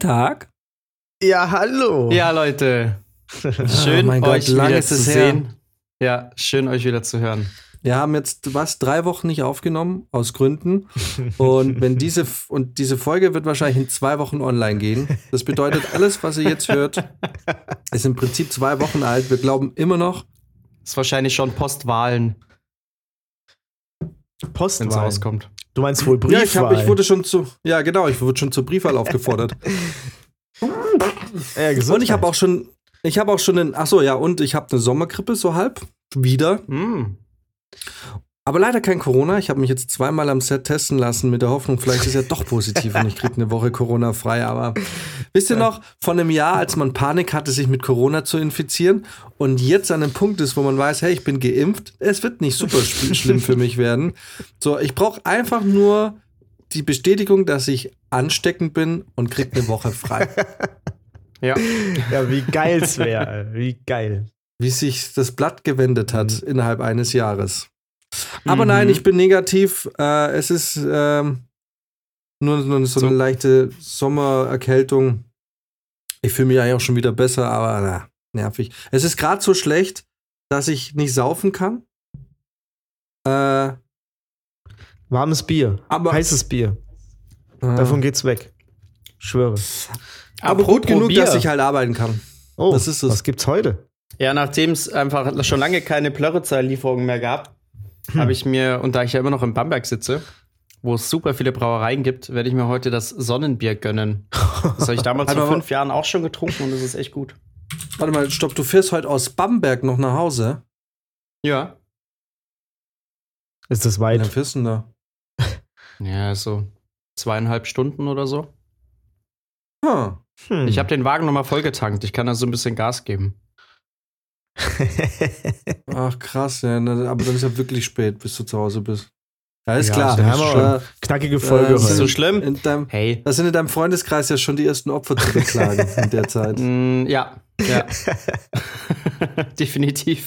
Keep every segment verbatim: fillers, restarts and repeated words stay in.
Tag. Ja, hallo. Ja, Leute. Schön, oh mein euch Gott, lange wieder ist zu es sehen. Ja, schön, euch wieder zu hören. Wir haben jetzt was drei Wochen nicht aufgenommen, aus Gründen. Und wenn diese und diese Folge wird wahrscheinlich in zwei Wochen online gehen. Das bedeutet, alles, was ihr jetzt hört, ist im Prinzip zwei Wochen alt. Wir glauben immer noch. Ist wahrscheinlich schon Postwahlen, wenn es Postwahl. rauskommt. Du meinst wohl Briefwahl? Ja, ich, hab, ich wurde schon zu. Ja, genau, ich wurde schon zur Briefwahl aufgefordert. Ja, Und ich habe auch schon. Ich habe auch schon einen. Ach so, ja, und ich habe eine Sommergrippe, so halb. Wieder. Mm. Aber leider kein Corona. Ich habe mich jetzt zweimal am Set testen lassen mit der Hoffnung, vielleicht ist er doch positiv und ich kriege eine Woche Corona frei. Aber wisst ihr noch, von einem Jahr, als man Panik hatte, sich mit Corona zu infizieren und jetzt an einem Punkt ist, wo man weiß, hey, ich bin geimpft, es wird nicht super sch- schlimm für mich werden. So, ich brauche einfach nur die Bestätigung, dass ich ansteckend bin und kriege eine Woche frei. Ja. Ja, wie geil's wäre. Wie geil. Wie sich das Blatt gewendet hat mhm. innerhalb eines Jahres. Aber mhm. nein, ich bin negativ. Äh, es ist ähm, nur, nur so, so eine leichte Sommererkältung. Ich fühle mich eigentlich auch schon wieder besser, aber na, nervig. Es ist gerade so schlecht, dass ich nicht saufen kann. Äh, Warmes Bier. aber heißes Bier. Äh, Davon geht's weg. Schwöre. Aber gut genug, Bier. dass ich halt arbeiten kann. Oh, das ist es. Was gibt's heute? Ja, nachdem es einfach schon lange keine Plörrezahl-Lieferungen mehr gab, hm. habe ich mir, und da ich ja immer noch in Bamberg sitze, wo es super viele Brauereien gibt, werde ich mir heute das Sonnenbier gönnen. Das habe ich damals vor fünf Jahren auch schon getrunken und das ist echt gut. Warte mal, stopp, du fährst heute aus Bamberg noch nach Hause? Ja. Ist das Wie weit? lange fährst du denn da? Ja, so zweieinhalb Stunden oder so. Huh. Hm. Ich habe den Wagen nochmal vollgetankt. Ich kann da so ein bisschen Gas geben. Ach krass, ja, aber dann ist ja wirklich spät, bis du zu Hause bist. Ja, ist Ja, klar. wir haben Äh, auch knackige Folge äh, Ist das heute. so schlimm? In deinem, Hey. Da sind in deinem Freundeskreis ja schon die ersten Opfer zu beklagen in der Zeit. Mm, ja, ja. Definitiv.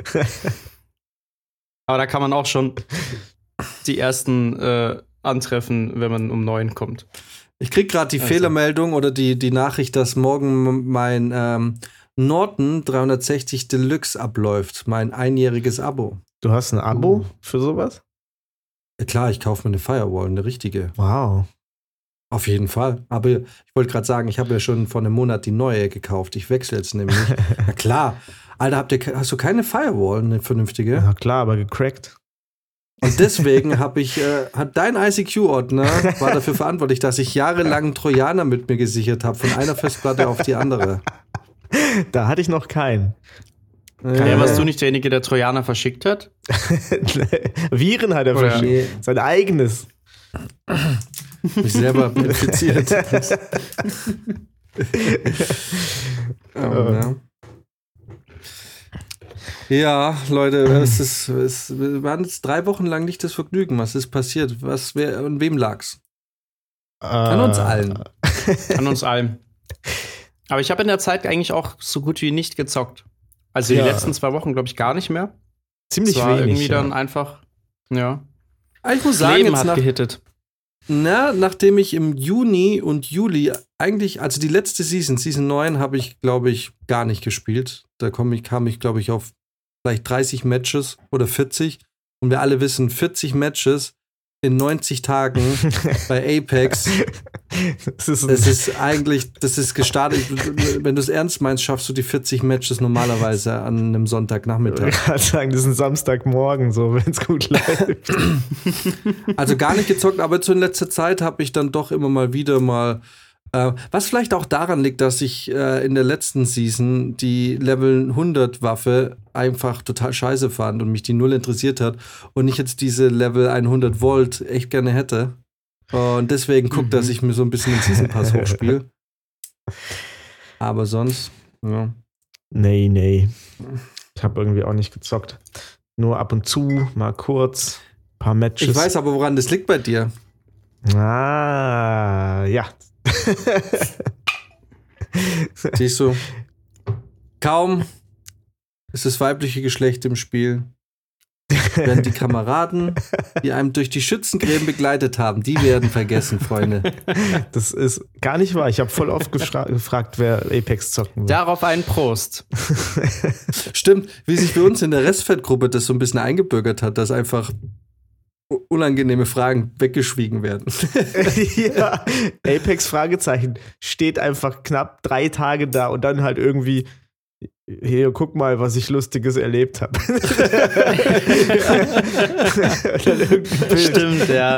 Aber da kann man auch schon die ersten äh, antreffen, wenn man um neun kommt. Ich krieg gerade die Also. Fehlermeldung oder die, die Nachricht, dass morgen mein ähm, Norton dreihundertsechzig Deluxe abläuft. Mein einjähriges Abo. Du hast ein Abo Uh. für sowas? Ja, klar, ich kaufe mir eine Firewall, eine richtige. Wow. Auf jeden Fall. Aber ich wollte gerade sagen, ich habe ja schon vor einem Monat die neue gekauft. Ich wechsle jetzt nämlich. Na klar. Alter, habt ihr, hast du keine Firewall, eine vernünftige? Ja klar, aber gecrackt. Und deswegen habe ich, äh, hat dein I C Q-Ordner war dafür verantwortlich, dass ich jahrelang einen Trojaner mit mir gesichert habe, von einer Festplatte auf die andere. Da hatte ich noch keinen. Ja, Äh, warst du nicht derjenige, der Trojaner verschickt hat? Viren hat er Oder- verschickt. Nee. Sein eigenes. mich selber infiziert. ähm, ja. ja, Leute, es ist, es, wir waren jetzt drei Wochen lang nicht das Vergnügen. Was ist passiert? Was, wer, an wem lag's? An uns allen. An uns allen. Aber ich habe in der Zeit eigentlich auch so gut wie nicht gezockt. Also Ja. die letzten zwei Wochen, glaube ich, gar nicht mehr. Ziemlich Es war wenig. irgendwie ja. dann einfach, ja. Ich muss Das sagen, Leben jetzt hat nach, gehittet. na, nachdem ich im Juni und Juli eigentlich, also die letzte Season, Season neun, habe ich, glaube ich, gar nicht gespielt. Da komm ich, kam ich, glaube ich, auf vielleicht dreißig Matches oder vierzig. Und wir alle wissen, vierzig Matches in neunzig Tagen bei Apex, Das ist, das ist eigentlich, das ist gestartet. Wenn du es ernst meinst, schaffst du die vierzig Matches normalerweise an einem ich Sonntagnachmittag. kann sagen, das ist ein Samstagmorgen, so, wenn es gut läuft. Also gar nicht gezockt, aber zu in letzter Zeit habe ich dann doch immer mal wieder mal, äh, was vielleicht auch daran liegt, dass ich äh, in der letzten Season die Level hundert Waffe einfach total scheiße fand und mich die null interessiert hat und ich jetzt diese Level hundert Volt echt gerne hätte. Und deswegen guck, Mhm. dass ich mir so ein bisschen den Season Pass hochspiele. Aber sonst, ja. Nee, nee. Ich habe irgendwie auch nicht gezockt. Nur ab und zu, mal kurz, ein paar Matches. Ich weiß aber, woran das liegt bei dir. Ah, ja. Siehst du, kaum ist das weibliche Geschlecht im Spiel, Während die Kameraden, die einem durch die Schützengräben begleitet haben, die werden vergessen, Freunde. Das ist gar nicht wahr. Ich habe voll oft gefra- gefragt, wer Apex zocken will. Darauf einen Prost. Stimmt, wie sich bei uns in der Restfett-Gruppe das so ein bisschen eingebürgert hat, dass einfach unangenehme Fragen weggeschwiegen werden. Ja, Apex Fragezeichen steht einfach knapp drei Tage da und dann halt irgendwie hier, guck mal, was ich Lustiges erlebt habe. Stimmt, ja.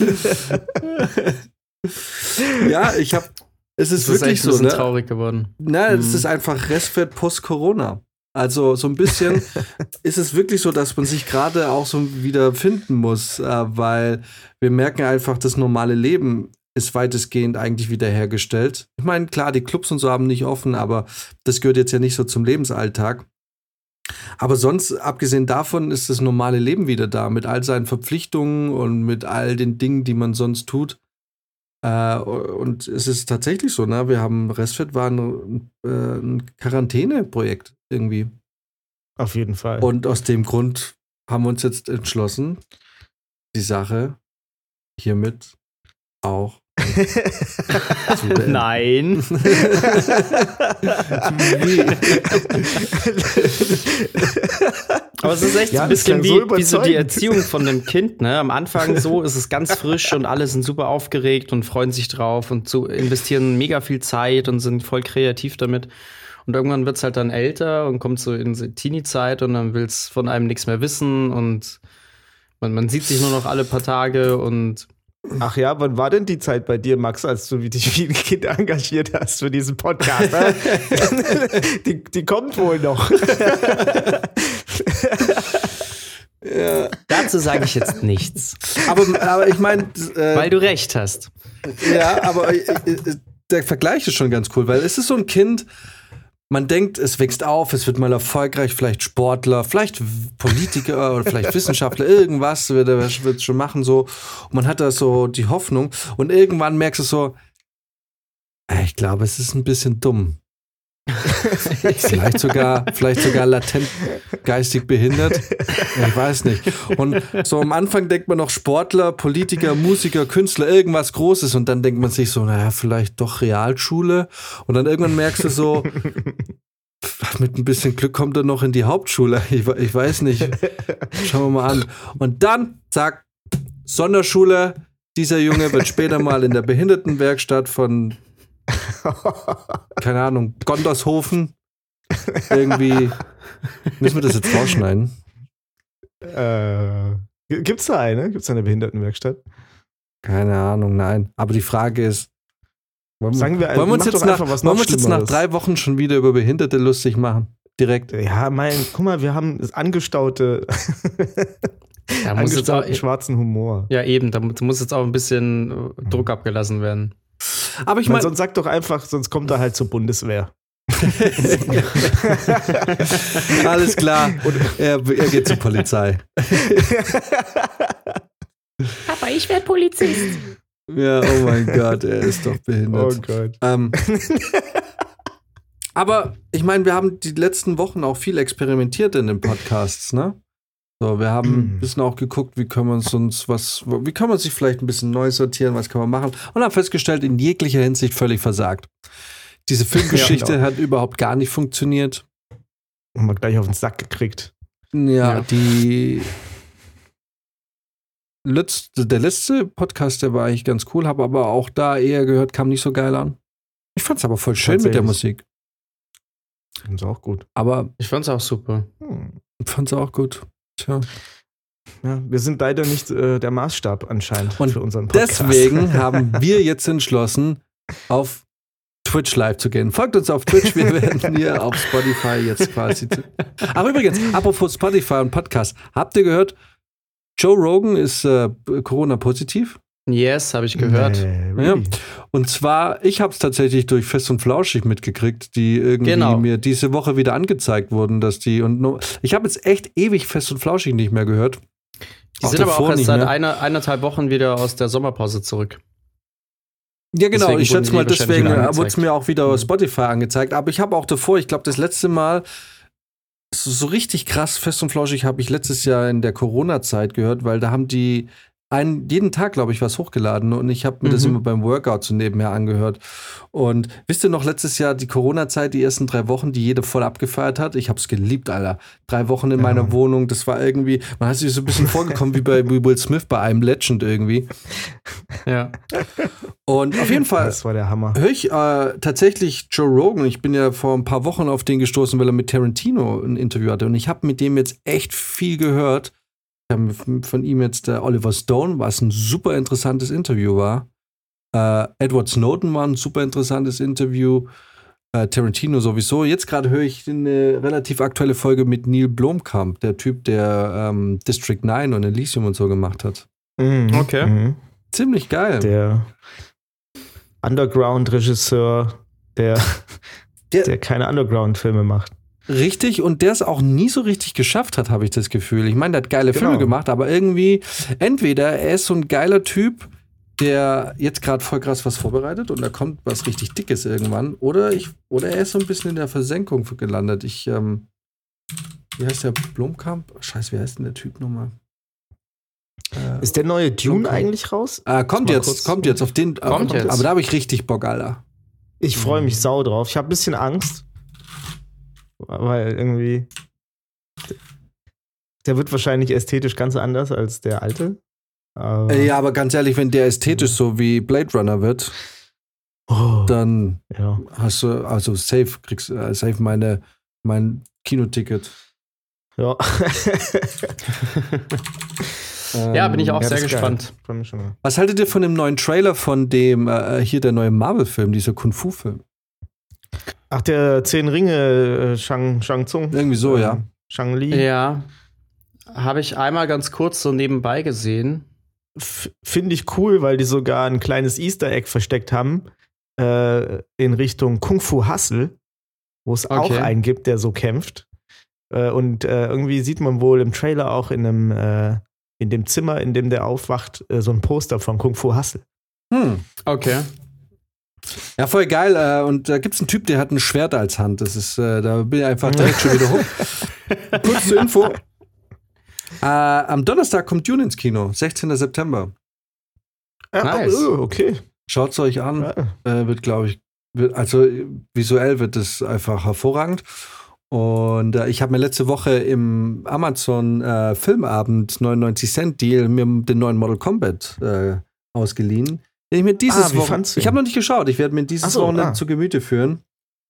Ja, ich habe es ist, Das ist wirklich echt ein so, bisschen ne? traurig geworden. Nein, es Mhm. ist einfach Restfett post-Corona. Also so ein bisschen ist es wirklich so, dass man sich gerade auch so wieder finden muss, äh, weil wir merken einfach, das normale Leben ist weitestgehend eigentlich wiederhergestellt. Ich meine, klar, die Clubs und so haben nicht offen, aber das gehört jetzt ja nicht so zum Lebensalltag. Aber sonst, abgesehen davon, ist das normale Leben wieder da, mit all seinen Verpflichtungen und mit all den Dingen, die man sonst tut. Äh, und es ist tatsächlich so, ne? Wir haben, Restfett war ein, äh, ein Quarantäneprojekt irgendwie. Auf jeden Fall. Und aus dem Grund haben wir uns jetzt entschlossen, die Sache hiermit auch zu beenden. Nein. Aber es ist echt Ja, ein das bisschen klang wie, so wie so die überzeugend. Erziehung von dem Kind. Ne? Am Anfang so ist es ganz frisch und alle sind super aufgeregt und freuen sich drauf und so investieren mega viel Zeit und sind voll kreativ damit. Und irgendwann wird es halt dann älter und kommt so in die Teenie-Zeit und dann will es von einem nichts mehr wissen und man, man sieht sich nur noch alle paar Tage und Ach ja, wann war denn die Zeit bei dir, Max, als du dich wie ein Kind engagiert hast für diesen Podcast? Ne? die, die kommt wohl noch. Ja. dazu sage ich jetzt nichts, Aber, aber ich meine, äh, weil du recht hast. ja, aber äh, äh, der Vergleich ist schon ganz cool, weil es ist so ein Kind, man denkt, es wächst auf, es wird mal erfolgreich, vielleicht Sportler, vielleicht Politiker oder vielleicht Wissenschaftler, irgendwas wird er wird schon machen so. Und man hat da so die Hoffnung und irgendwann merkst du so, äh, ich glaube, es ist ein bisschen dumm. vielleicht sogar, vielleicht sogar latent geistig behindert. Ich weiß nicht. Und so am Anfang denkt man noch Sportler, Politiker, Musiker, Künstler, irgendwas Großes und dann denkt man sich so, naja, vielleicht doch Realschule. Und dann irgendwann merkst du so, mit ein bisschen Glück kommt er noch in die Hauptschule. Ich, ich weiß nicht. Schauen wir mal an. Und dann, zack, Sonderschule. Dieser Junge wird später mal in der Behindertenwerkstatt von keine Ahnung, Gondershofen. Irgendwie. Müssen wir das jetzt rausschneiden? Äh, gibt's da eine? Gibt's da eine Behindertenwerkstatt? Keine Ahnung, nein. Aber die Frage ist, wollen wir, Sagen wir, wollen wir uns, mach jetzt doch nach, einfach was wollen wir noch uns jetzt nach Schlimmeres. drei Wochen schon wieder über Behinderte lustig machen? Direkt. Ja, mein, guck mal, wir haben das angestaute, Da muss jetzt auch, angestauten schwarzen Humor. ja, eben, da muss jetzt auch ein bisschen äh, Druck abgelassen werden. Aber ich Ich mein, meine, sonst sag doch einfach, sonst kommt er halt zur Bundeswehr. alles klar. Und er, er geht zur Polizei. Papa, ich werde Polizist. Ja, oh mein Gott, er ist doch behindert. Oh Gott. Ähm, aber ich meine, wir haben die letzten Wochen auch viel experimentiert in den Podcasts, ne? So, wir haben ein bisschen auch geguckt, wie können wir uns, uns was, wie kann man sich vielleicht ein bisschen neu sortieren, was kann man machen und haben festgestellt, in jeglicher Hinsicht völlig versagt. Diese Filmgeschichte Ja, genau. hat überhaupt gar nicht funktioniert. Haben wir gleich auf den Sack gekriegt. Ja, Ja. die letzte, der letzte Podcast, der war eigentlich ganz cool, habe aber auch da eher gehört, kam nicht so geil an. Ich fand's aber voll schön mit der Tatsächlich. Musik. Das ist auch gut. Aber Ich fand's auch super. Hm. fand's auch gut. Tja. Ja, wir sind leider nicht äh, der Maßstab anscheinend Und für unseren Podcast. deswegen haben wir jetzt entschlossen, auf Twitch live zu gehen. Folgt uns auf Twitch, wir werden hier auf Spotify jetzt quasi. Zu Ach, übrigens, apropos Spotify und Podcast. Habt ihr gehört, Joe Rogan ist äh, Corona-positiv? Yes, habe ich gehört. Nee, really? Und zwar, ich habe es tatsächlich durch Fest und Flauschig mitgekriegt, die irgendwie Genau. mir diese Woche wieder angezeigt wurden, dass die und no, ich habe jetzt echt ewig Fest und Flauschig nicht mehr gehört. Die Auch sind aber davor auch erst nicht seit mehr. einer, eineinhalb Wochen wieder aus der Sommerpause zurück. Ja, genau, Deswegen ich wurden schätze die mal, wahrscheinlich deswegen wieder wurde es angezeigt. mir auch wieder auf Spotify angezeigt. Aber ich habe auch davor, ich glaube, das letzte Mal, so, so richtig krass fest und flauschig habe ich letztes Jahr in der Corona-Zeit gehört, weil da haben die einen, jeden Tag, glaube ich, was hochgeladen und ich habe mir mhm. das immer beim Workout so nebenher angehört. Und wisst ihr noch, letztes Jahr die Corona-Zeit, die ersten drei Wochen, die jede voll abgefeiert hat? Ich habe es geliebt, Alter. Drei Wochen in ja. meiner Wohnung, das war irgendwie, man hat sich so ein bisschen vorgekommen wie bei wie Will Smith bei einem Legend irgendwie. Ja. Und auf jeden Fall das war der Hammer. Höre ich äh, tatsächlich Joe Rogan. Ich bin ja vor ein paar Wochen auf den gestoßen, weil er mit Tarantino ein Interview hatte. Und ich habe mit dem jetzt echt viel gehört. Ich habe von ihm jetzt der Oliver Stone, was ein super interessantes Interview war. Äh, Edward Snowden war ein super interessantes Interview. Äh, Tarantino sowieso. Jetzt gerade höre ich eine relativ aktuelle Folge mit Neil Blomkamp, der Typ, der ähm, District neun und Elysium und so gemacht hat. Mhm. Okay. Mhm. Ziemlich geil. Der Underground-Regisseur, der, der, der keine Underground-Filme macht. Richtig, und der es auch nie so richtig geschafft hat, habe ich das Gefühl. Ich meine, der hat geile Genau. Filme gemacht, aber irgendwie, entweder er ist so ein geiler Typ, der jetzt gerade voll krass was vorbereitet und da kommt was richtig Dickes irgendwann, oder ich, oder er ist so ein bisschen in der Versenkung gelandet. Ich, ähm, wie heißt der Blomkamp? Scheiße, wie heißt denn der Typ nochmal? Äh, ist der neue Dune Blomkamp. eigentlich raus? Ah, kommt Mal jetzt, kurz- kommt jetzt auf den, Kommt äh, jetzt. aber da habe ich richtig Bock, Alter. Ich freue mich sau drauf. Ich habe ein bisschen Angst, weil irgendwie der wird wahrscheinlich ästhetisch ganz anders als der alte. Aber Äh, ja, aber ganz ehrlich, wenn der ästhetisch so wie Blade Runner wird, oh, dann ja. hast du, also safe, kriegst äh, safe meine, mein Kinoticket. Ja. Ja, bin ich auch Ja, sehr das ist geil. gespannt. Freue mich schon mal. Was haltet ihr von dem neuen Trailer von dem, äh, hier der neue Marvel-Film, dieser Kung-Fu-Film? Ach, der Zehn Ringe, äh, Shang, Shang Tsung. Irgendwie so, Ähm, ja. Shang Li. Ja. Habe ich einmal ganz kurz so nebenbei gesehen. F- Finde ich cool, weil die sogar ein kleines Easter Egg versteckt haben äh, in Richtung Kung Fu Hustle, wo es auch Okay. einen gibt, der so kämpft. Äh, und äh, irgendwie sieht man wohl im Trailer auch in einem äh, in dem Zimmer, in dem der aufwacht, äh, so ein Poster von Kung Fu Hustle. Hm. Okay. Ja, voll geil. Äh, und da gibt's einen Typ, der hat ein Schwert als Hand. Das ist, äh, da bin ich einfach direkt schon wieder hoch. Kurz zur Info. Äh, am Donnerstag kommt Dune ins Kino, sechzehnten September. Ja, Nice. oh, okay. Schaut's euch an. Ja. Äh, wird, glaube ich, wird, also visuell wird es einfach hervorragend. Und äh, ich habe mir letzte Woche im Amazon äh, Filmabend neunundneunzig Cent Deal mir den neuen Mortal Kombat äh, ausgeliehen. Den ich mir dieses Ah, wie Wochen- fandst du Ich ihn? habe noch nicht geschaut. Ich werde mir dieses Ach so, Wochenende ah. zu Gemüte führen.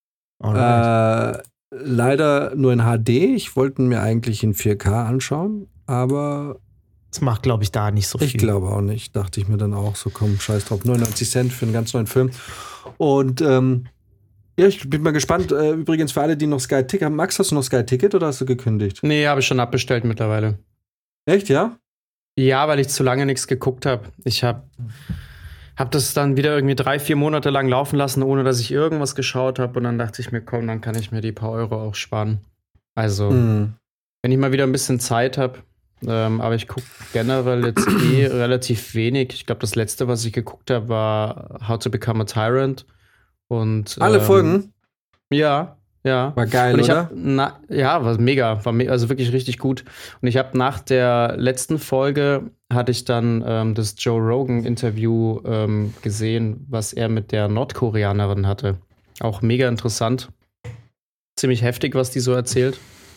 Alright. Äh, leider nur in H D. Ich wollte ihn mir eigentlich in vier K anschauen, aber Das macht, glaube ich, da nicht so viel. ich glaube auch nicht. Dachte ich mir dann auch so, komm, scheiß drauf. neunundneunzig Cent für einen ganz neuen Film. Und ähm, ja, ich bin mal gespannt. Äh, übrigens für alle, die noch Sky Ticket haben. Max, hast du noch Sky Ticket oder hast du gekündigt? Nee, habe ich schon abbestellt mittlerweile. Echt, ja? Ja, weil ich zu lange nichts geguckt habe. Ich habe hab das dann wieder irgendwie drei, vier Monate lang laufen lassen, ohne dass ich irgendwas geschaut habe. Und dann dachte ich mir, komm, dann kann ich mir die paar Euro auch sparen. Also, Hm. wenn ich mal wieder ein bisschen Zeit habe. Ähm, aber ich gucke generell jetzt eh relativ wenig. Ich glaube, das letzte, was ich geguckt habe, war How to Become a Tyrant. Und, Alle ähm, Folgen? Ja, ja. War geil, Und ich oder? hab, na, ja, war mega, war me also wirklich richtig gut. Und ich habe nach der letzten Folge hatte ich dann ähm, das Joe Rogan Interview ähm, gesehen, was er mit der Nordkoreanerin hatte. Auch mega interessant. Ziemlich heftig, was die so erzählt.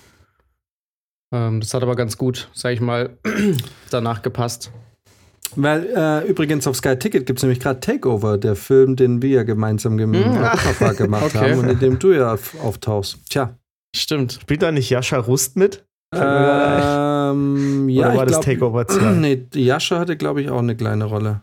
Ähm, das hat aber ganz gut, sag ich mal, danach gepasst. Weil äh, übrigens auf Sky Ticket gibt es nämlich gerade Takeover, der Film, den wir ja gemeinsam im Europapark gemacht Okay. haben und in dem du ja auf- auftauchst. Tja. Stimmt. Spielt da nicht Jascha Rust mit? Fällt mir gerade ein. Ähm, ja, Oder war ich das glaub, Takeover zwei? Nee, Jascha hatte, glaube ich, auch eine kleine Rolle.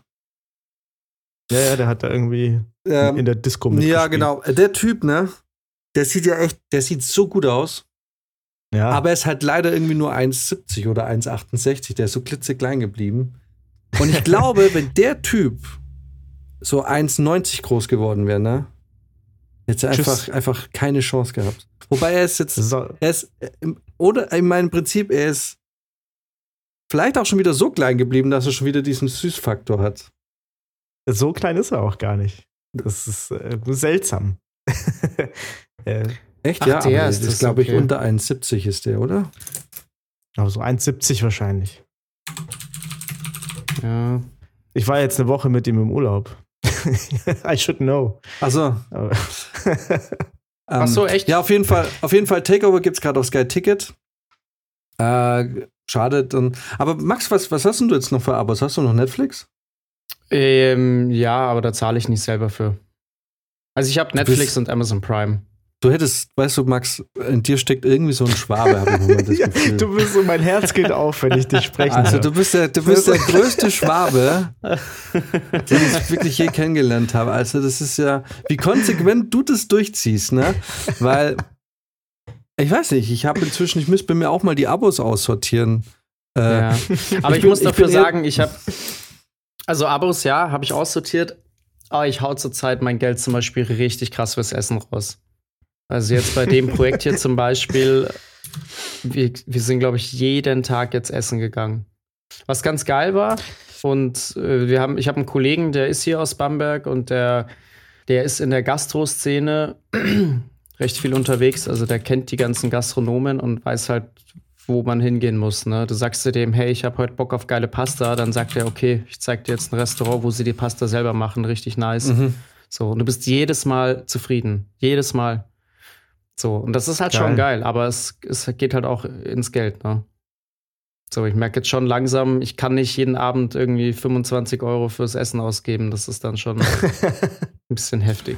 Ja, ja, der hat da irgendwie Ähm, in der Disco ja, mitgespielt. genau. Der Typ, ne? Der sieht ja echt, der sieht so gut aus. Ja. Aber er ist halt leider irgendwie nur eins siebzig oder eins achtundsechzig. Der ist so klitzeklein geblieben. Und ich glaube, wenn der Typ so eins neunzig groß geworden wäre, ne? Hätte er Tschüss. einfach, einfach keine Chance gehabt. Wobei er ist jetzt, So, er ist, äh, im- oder in meinem Prinzip, er ist vielleicht auch schon wieder so klein geblieben, dass er schon wieder diesen Süßfaktor hat. so klein ist er auch gar nicht. Das ist äh, seltsam. äh, Echt? Ach, ja, der aber ist das das, glaube ich, okay. unter eins siebzig ist der, oder? Aber so eins siebzig wahrscheinlich. Ja. Ich war jetzt eine Woche mit ihm im Urlaub. I should know. Also, Aber Ach so, echt? Ja, auf jeden Fall, auf jeden Fall Takeover gibt es gerade auf Sky Ticket. Äh, schade. Dann, aber Max, was, was hast denn du jetzt noch für Abos? Hast du noch Netflix? Ähm, ja, aber da zahle ich nicht selber für. Also ich habe Netflix bist- und Amazon Prime. Du hättest, weißt du, Max, in dir steckt irgendwie so ein Schwabe, habe ich immer das ja, Gefühl. du bist so, mein Herz geht auf, wenn ich dich sprechen Also höre. du bist der, du bist der größte Schwabe, den ich wirklich je kennengelernt habe. Also das ist ja, wie konsequent du das durchziehst, ne? Weil, ich weiß nicht, ich habe inzwischen, ich müsste bei mir auch mal die Abos aussortieren. Äh, Ja. Aber ich ich, bin- muss ich dafür bin eher- sagen, ich habe also Abos, ja, habe ich aussortiert, aber ich hau zurzeit mein Geld zum Beispiel richtig krass fürs Essen raus. Also jetzt bei dem Projekt hier zum Beispiel, wir, wir sind, glaube ich, jeden Tag jetzt essen gegangen. Was ganz geil war. Und äh, wir haben, ich habe einen Kollegen, der ist hier aus Bamberg und der, der ist in der Gastro-Szene recht viel unterwegs. Also der kennt die ganzen Gastronomen und weiß halt, wo man hingehen muss. Ne? Du sagst zu dem, hey, ich habe heute Bock auf geile Pasta. Dann sagt er, okay, ich zeig dir jetzt ein Restaurant, wo sie die Pasta selber machen. Richtig nice. Mhm. So, und du bist jedes Mal zufrieden. Jedes Mal. So, und das ist halt Geil. schon geil, aber es, es geht halt auch ins Geld, ne? So, ich merke jetzt schon langsam, ich kann nicht jeden Abend irgendwie fünfundzwanzig Euro fürs Essen ausgeben. Das ist dann schon ein bisschen heftig.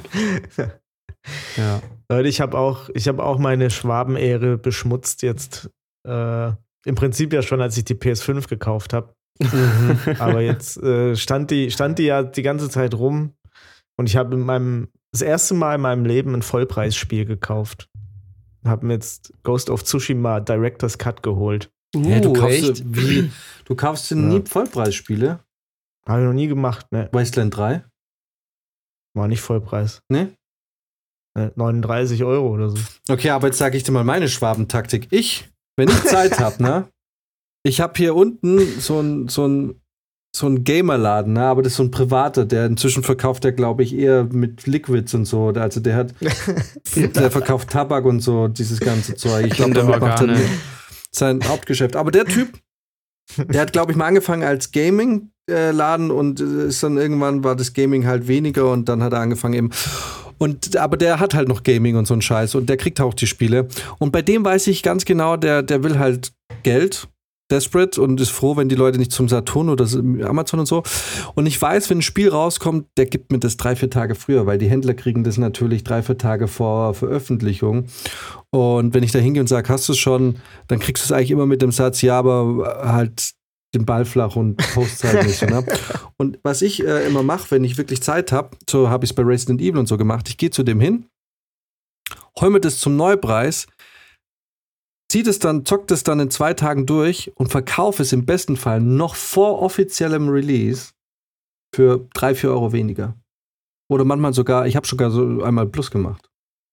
Ja. Leute, ich habe auch, ich hab auch meine Schwabenehre beschmutzt jetzt. Äh, Im Prinzip ja schon, als ich die P S fünf gekauft habe. Aber jetzt äh, stand, die, stand die ja die ganze Zeit rum und ich habe in meinem das erste Mal in meinem Leben ein Vollpreisspiel gekauft. Habe mir jetzt Ghost of Tsushima Director's Cut geholt. Hä, du Uh, kaufst echt? wie? Du kaufst dir nie Vollpreisspiele? Habe ich noch nie gemacht, ne? Wasteland drei? War nicht Vollpreis. Ne? Ne, neununddreißig Euro oder so. Okay, aber jetzt sage ich dir mal meine Schwabentaktik. Ich, wenn ich Zeit habe, ne? Ich habe hier unten so ein so ein so ein Gamerladen, ne? Aber das ist so ein privater, der inzwischen verkauft der, glaube ich, eher mit Liquids und so. Also der hat, der verkauft Tabak und so, dieses ganze Zeug. Ich glaube, damit macht er Kinderorgane. sein Hauptgeschäft. Aber der Typ, der hat, glaube ich, mal angefangen als Gaming-Laden und äh, ist dann irgendwann war das Gaming halt weniger und dann hat er angefangen eben. Und, aber der hat halt noch Gaming und so einen Scheiß und der kriegt auch die Spiele. Und bei dem weiß ich ganz genau, der, der will halt Geld, desperate und ist froh, wenn die Leute nicht zum Saturn oder Amazon und so. Und ich weiß, wenn ein Spiel rauskommt, der gibt mir das drei, vier Tage früher, weil die Händler kriegen das natürlich drei, vier Tage vor Veröffentlichung. Und wenn ich da hingehe und sage, hast du es schon, dann kriegst du es eigentlich immer mit dem Satz, ja, aber halt den Ball flach und post's halt nicht. So, ne? Und was ich äh, immer mache, wenn ich wirklich Zeit habe, so habe ich es bei Resident Evil und so gemacht, ich gehe zu dem hin, hol mir das zum Neupreis, zieht es dann, zockt es dann in zwei Tagen durch und verkaufe es im besten Fall noch vor offiziellem Release für drei, vier Euro weniger. Oder manchmal sogar, ich habe sogar so einmal Plus gemacht.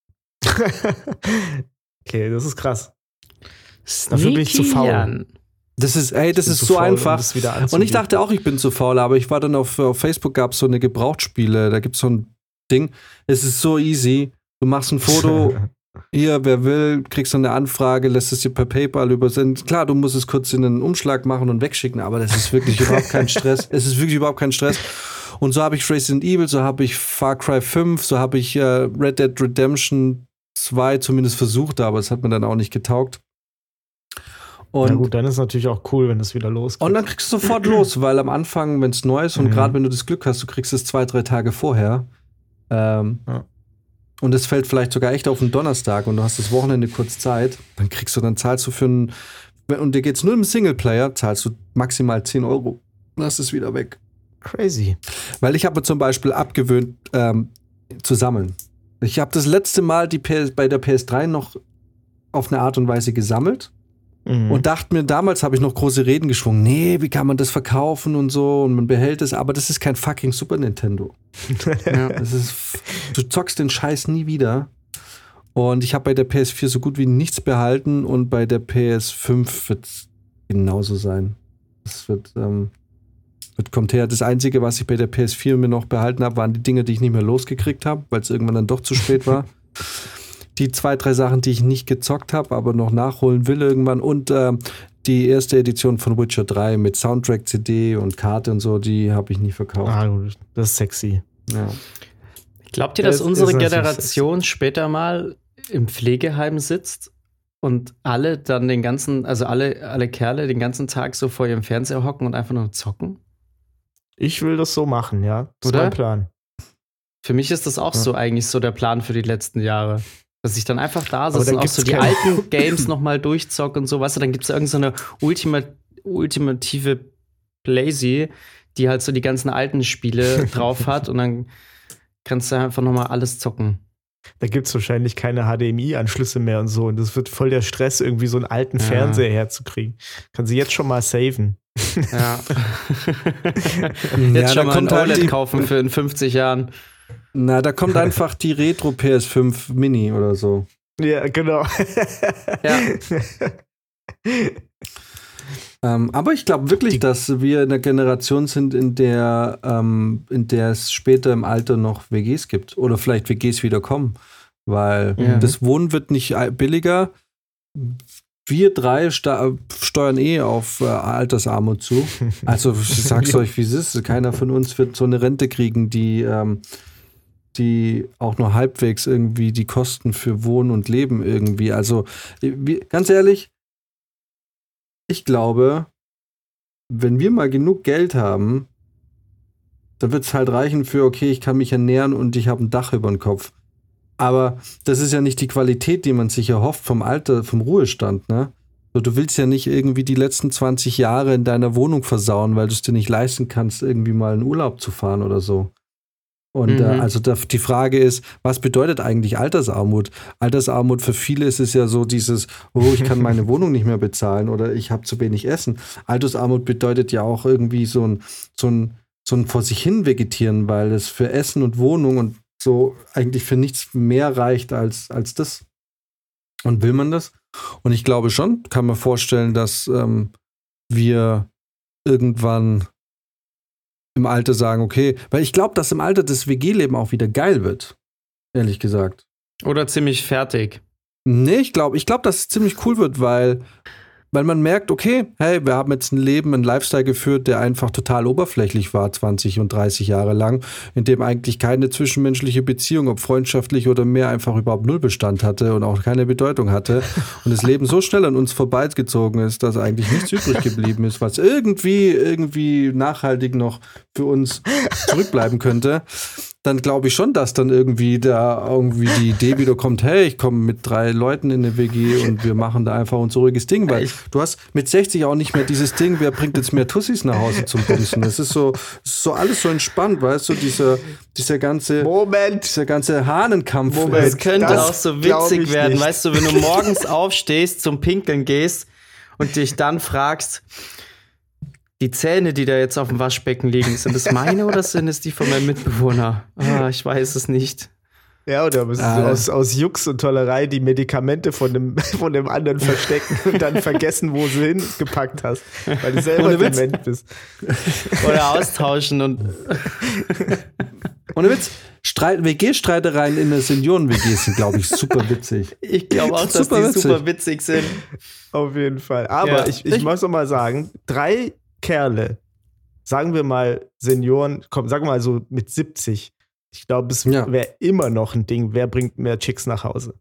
Okay, das ist krass. Dafür bin ich zu faul. Jan. Das ist, ey, das Ich bin ist zu so faul, um einfach. das wieder Und ich anzugeben. dachte auch, ich bin zu faul, aber ich war dann auf, auf Facebook, gab es so eine Gebrauchtspiele, da gibt es so ein Ding. Es ist so easy. Du machst ein Foto, hier, wer will, kriegst dann eine Anfrage, lässt es dir per PayPal übersenden. Klar, du musst es kurz in einen Umschlag machen und wegschicken, aber das ist wirklich überhaupt kein Stress. Es ist wirklich überhaupt kein Stress. Und so habe ich Resident Evil, so habe ich Far Cry fünf, so habe ich äh, Red Dead Redemption zwei zumindest versucht, aber es hat mir dann auch nicht getaugt. Und Na gut, dann ist es natürlich auch cool, wenn es wieder losgeht. Und dann kriegst du sofort los, weil am Anfang, wenn es neu ist und Mhm. gerade wenn du das Glück hast, du kriegst es zwei, drei Tage vorher. Ähm, Ja. Und es fällt vielleicht sogar echt auf den Donnerstag und du hast das Wochenende kurz Zeit, dann kriegst du, dann zahlst du für einen, und dir geht's nur im Singleplayer, zahlst du maximal zehn Euro. Lass es wieder weg. Crazy. Weil ich habe mir zum Beispiel abgewöhnt, ähm, zu sammeln. Ich habe das letzte Mal die P S, bei der P S drei noch auf eine Art und Weise gesammelt. Mhm. Und dachte mir, damals habe ich noch große Reden geschwungen. Nee, wie kann man das verkaufen und so und man behält es, aber das ist kein fucking Super Nintendo. Ja. Das ist, du zockst den Scheiß nie wieder. Und ich habe bei der P S vier so gut wie nichts behalten und bei der P S fünf wird es genauso sein. Das wird, ähm, wird kommt her. Das Einzige, was ich bei der P S vier mir noch behalten habe, waren die Dinge, die ich nicht mehr losgekriegt habe, weil es irgendwann dann doch zu spät war. die zwei, drei Sachen, die ich nicht gezockt habe, aber noch nachholen will irgendwann. Und äh, die erste Edition von Witcher drei mit Soundtrack-C D und Karte und so, die habe ich nie verkauft. Ah, gut, das ist sexy. Ja. Glaubt ihr, dass Das unsere ist natürlich Generation später mal im Pflegeheim sitzt und alle dann den ganzen, also alle, alle Kerle den ganzen Tag so vor ihrem Fernseher hocken und einfach nur zocken? Ich will das so machen, ja. Das Oder? ist mein Plan. Für mich ist das auch Ja. so eigentlich so der Plan für die letzten Jahre. Dass ich dann einfach da Aber sitze dann und auch so gibt's die keine- alten Games nochmal durchzocke und so, weißt du, dann gibt es irgendeine so Ultima, ultimative Blazy, die halt so die ganzen alten Spiele drauf hat und dann kannst du einfach nochmal alles zocken. Da gibt es wahrscheinlich keine H D M I-Anschlüsse mehr und so. Und das wird voll der Stress, irgendwie so einen alten Ja. Fernseher herzukriegen. Kann sie jetzt schon mal saven. Ja. Ja, Jetzt da schon mal ein kommt O halt L E D die- kaufen für in fünfzig Jahren. Na, da kommt einfach die Retro-P S fünf Mini oder so. Ja, genau. Ja. Ähm, aber ich glaube wirklich, dass wir in einer Generation sind, in der, ähm, in der es später im Alter noch W Gs gibt. Oder vielleicht W Gs wieder kommen. Weil Ja. das Wohnen wird nicht ei- billiger. Wir drei sta- steuern eh auf äh, Altersarmut zu. Also ich sag's euch, wie es ist. Keiner von uns wird so eine Rente kriegen, die, ähm, die auch nur halbwegs irgendwie die Kosten für Wohnen und Leben irgendwie. Also wie, ganz ehrlich, ich glaube, wenn wir mal genug Geld haben, dann wird es halt reichen für, okay, ich kann mich ernähren und ich habe ein Dach über dem Kopf. Aber das ist ja nicht die Qualität, die man sich erhofft vom Alter, vom Ruhestand, ne? So, du willst ja nicht irgendwie die letzten zwanzig Jahre in deiner Wohnung versauen, weil du es dir nicht leisten kannst, irgendwie mal in Urlaub zu fahren oder so. Und Mhm. äh, also da, die Frage ist, was bedeutet eigentlich Altersarmut? Altersarmut für viele ist es ja so dieses, oh, ich kann meine Wohnung nicht mehr bezahlen oder ich habe zu wenig Essen. Altersarmut bedeutet ja auch irgendwie so ein, so ein, so ein vor sich hin vegetieren, weil es für Essen und Wohnung und so eigentlich für nichts mehr reicht als, als das. Und will man das? Und ich glaube schon, kann man vorstellen, dass ähm, wir irgendwann im Alter sagen, okay, weil ich glaube, dass im Alter das W G-Leben auch wieder geil wird. Ehrlich gesagt. Oder ziemlich fertig. Nee, ich glaube, ich glaube, dass es ziemlich cool wird, weil, weil man merkt, okay, hey, wir haben jetzt ein Leben, einen Lifestyle geführt, der einfach total oberflächlich war, zwanzig und dreißig Jahre lang, in dem eigentlich keine zwischenmenschliche Beziehung, ob freundschaftlich oder mehr, einfach überhaupt null Bestand hatte und auch keine Bedeutung hatte. Und das Leben so schnell an uns vorbeigezogen ist, dass eigentlich nichts übrig geblieben ist, was irgendwie, irgendwie nachhaltig noch für uns zurückbleiben könnte. Dann glaube ich schon, dass dann irgendwie da irgendwie die Idee wieder kommt, hey, ich komme mit drei Leuten in eine W G und wir machen da einfach unser ruhiges Ding, weil du hast mit sechzig auch nicht mehr dieses Ding, wer bringt jetzt mehr Tussis nach Hause zum Bumsen. Das ist so, das ist so alles so entspannt, weißt du, dieser, dieser ganze, Moment. dieser ganze Hahnenkampf. Moment. Es könnte Das auch so glaub witzig ich werden, nicht. weißt du, wenn du morgens aufstehst, zum Pinkeln gehst und dich dann fragst, die Zähne, die da jetzt auf dem Waschbecken liegen, sind es meine oder sind es die von meinem Mitbewohner? Ah, ich weiß es nicht. Ja, oder müssen Ah. du aus, aus Jux und Tollerei die Medikamente von dem, von dem anderen verstecken und dann vergessen, wo sie hingepackt hast, weil du selber Ohne Witz. dement bist. Oder austauschen und Ohne Witz, Streit, W G-Streitereien in der Senioren-W G sind, glaube ich, super witzig. ich glaube auch, dass Super die witzig. super witzig sind. Auf jeden Fall. Aber Ja. ich, ich Ich- muss noch mal sagen, drei Kerle, sagen wir mal Senioren, komm, sagen wir mal so mit siebzig. Ich glaube, es Ja. wäre immer noch ein Ding, wer bringt mehr Chicks nach Hause.